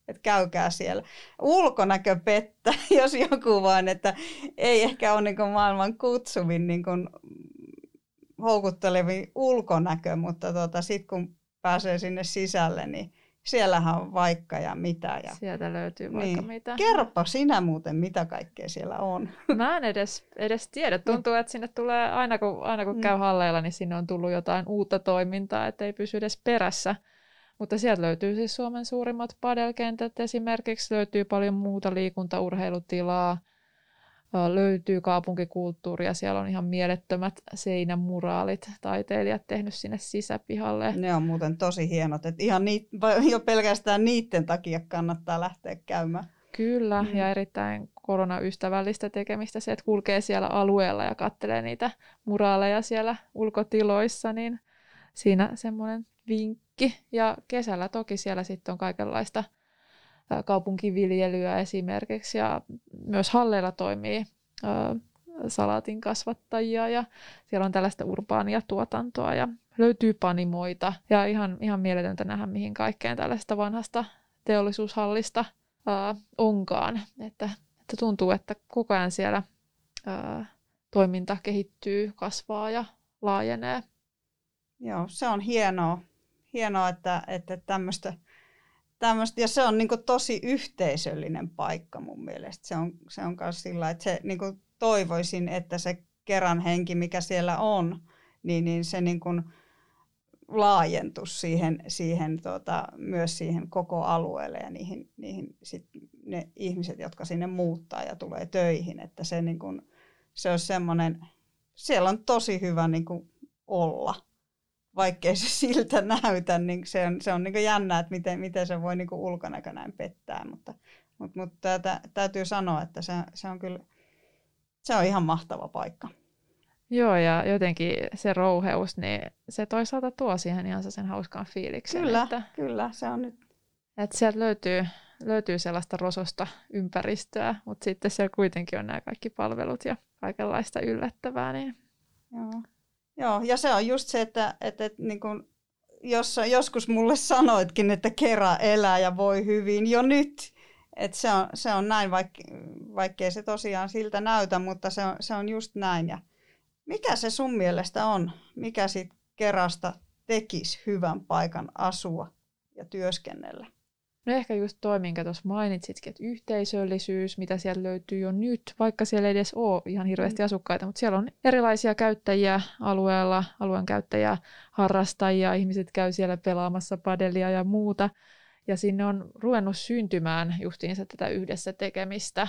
että käykää siellä. Ulkonäkö pettää, jos joku vaan, että ei ehkä ole niin kuin maailman kutsuvin niin kuin houkuttelevin ulkonäkö, mutta sitten kun pääsee sinne sisälle, niin siellähän on vaikka ja mitä. Ja sieltä löytyy vaikka mitä. Kerropa sinä muuten, mitä kaikkea siellä on. Mä en edes tiedä. Tuntuu, että sinne tulee, aina kun käy halleilla, niin sinne on tullut jotain uutta toimintaa, ettei pysy edes perässä. Mutta sieltä löytyy siis Suomen suurimmat padelkentät esimerkiksi, löytyy paljon muuta liikuntaurheilutilaa, löytyy kaupunkikulttuuria, siellä on ihan mielettömät seinämuraalit, taiteilijat tehnyt sinne sisäpihalle. Ne on muuten tosi hienot, että ihan jo pelkästään niiden takia kannattaa lähteä käymään. Kyllä, ja erittäin koronaystävällistä tekemistä se, että kulkee siellä alueella ja katselee niitä muraaleja siellä ulkotiloissa, niin siinä semmoinen vinkki. Ja kesällä toki siellä sitten on kaikenlaista kaupunkiviljelyä esimerkiksi, ja myös halleilla toimii salaatin kasvattajia, ja siellä on tällaista urbaania tuotantoa, ja löytyy panimoita, ja ihan mieletöntä nähdä, mihin kaikkeen tällaista vanhasta teollisuushallista onkaan, että tuntuu, että koko ajan siellä toiminta kehittyy, kasvaa ja laajenee. Joo, se on hienoa, että tämmöistä, ja se on niinku tosi yhteisöllinen paikka mun mielestä. Se on myös sillä, että se, niinku toivoisin, että se Keran henki, mikä siellä on, niin se niinku laajentuisi siihen myös siihen koko alueelle ja niihin sit ne ihmiset, jotka sinne muuttaa ja tulee töihin, että se niinku, se on semmoinen, siellä on tosi hyvä niinku olla. Vaikkei se siltä näytä, niin se on niin jännää, että miten se voi niin ulkonäkö näin pettää. Mutta täytyy sanoa, että se on kyllä, se on ihan mahtava paikka. Joo, ja jotenkin se rouheus, niin se toisaalta tuo siihen ihan sen hauskan fiiliksen. Kyllä, se on nyt. Että sieltä löytyy sellaista rososta ympäristöä, mutta sitten siellä kuitenkin on nämä kaikki palvelut ja kaikenlaista yllättävää. Niin. Joo, ja se on just se, että niin kun, jos joskus mulle sanoitkin, että Kera elää ja voi hyvin jo nyt, että se on näin, vaikkei se tosiaan siltä näytä, mutta se on just näin. Ja mikä se sun mielestä on, mikä sit Kerasta tekisi hyvän paikan asua ja työskennellä? No ehkä just toi, minkä tuossa mainitsitkin, että yhteisöllisyys, mitä siellä löytyy jo nyt, vaikka siellä ei edes ole ihan hirveästi asukkaita, mutta siellä on erilaisia käyttäjiä alueella, alueen käyttäjiä, harrastajia, ihmiset käy siellä pelaamassa padelia ja muuta, ja sinne on ruvennut syntymään justiinsa tätä yhdessä tekemistä,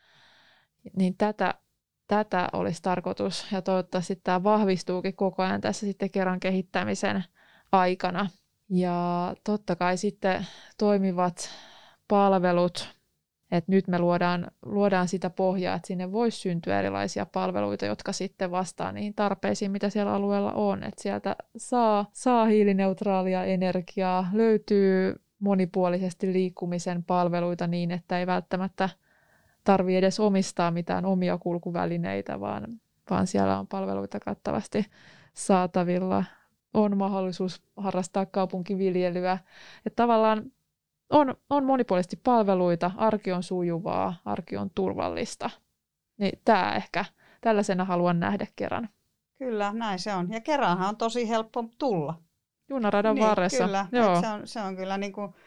niin tätä olisi tarkoitus, ja toivottavasti tämä vahvistuukin koko ajan tässä sitten Keran kehittämisen aikana. Ja totta kai sitten toimivat palvelut, että nyt me luodaan sitä pohjaa, että sinne voisi syntyä erilaisia palveluita, jotka sitten vastaa niihin tarpeisiin, mitä siellä alueella on. Että sieltä saa hiilineutraalia energiaa, löytyy monipuolisesti liikkumisen palveluita niin, että ei välttämättä tarvitse edes omistaa mitään omia kulkuvälineitä, vaan siellä on palveluita kattavasti saatavilla. On mahdollisuus harrastaa kaupunkiviljelyä. Että tavallaan on monipuolisesti palveluita, arki on sujuvaa, arki on turvallista. Niin tämä ehkä, tällaisena haluan nähdä Keran. Kyllä, näin se on. Ja Keraanhan on tosi helppo tulla. Junaradan varressa. Kyllä, joo. Se on kyllä niin kuin,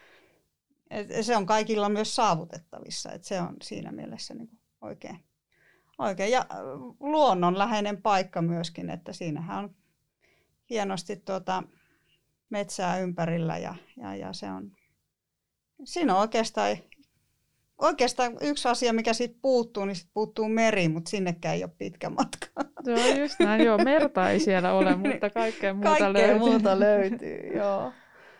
se on kaikilla myös saavutettavissa. Että se on siinä mielessä niin kuin oikein. Ja luonnonläheinen paikka myöskin, että siinähän on hienosti metsää ympärillä ja se on, siinä on oikeastaan yksi asia, mikä siitä puuttuu, niin siitä puuttuu meri, mutta sinnekään ei ole pitkä matka. Se on just näin, joo, merta ei siellä ole, mutta kaikkea muuta löytyy. Joo.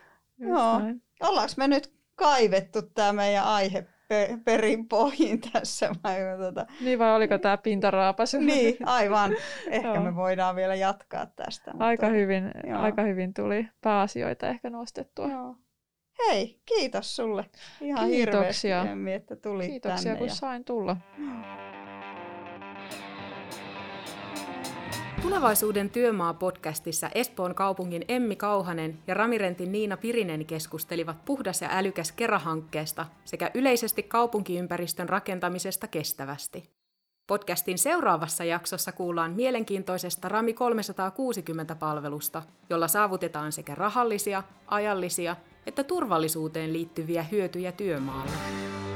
Ollaanko me nyt kaivettu tämä meidän aihe perin pohjin tässä? Niin vai oliko tämä pintaraapasu? Niin, aivan. Ehkä me voidaan vielä jatkaa tästä. Aika hyvin tuli pääasioita ehkä nostettua. Joo. Hei, kiitos sulle. Ihan hirveästi, Emmi, että tulit tänne. Kiitoksia, kun sain tulla. Tulevaisuuden työmaa-podcastissa Espoon kaupungin Emmi Kauhanen ja Ramirentin Niina Pirinen keskustelivat Puhdas ja älykäs Kera-hankkeesta sekä yleisesti kaupunkiympäristön rakentamisesta kestävästi. Podcastin seuraavassa jaksossa kuullaan mielenkiintoisesta Rami 360-palvelusta, jolla saavutetaan sekä rahallisia, ajallisia että turvallisuuteen liittyviä hyötyjä työmaalla.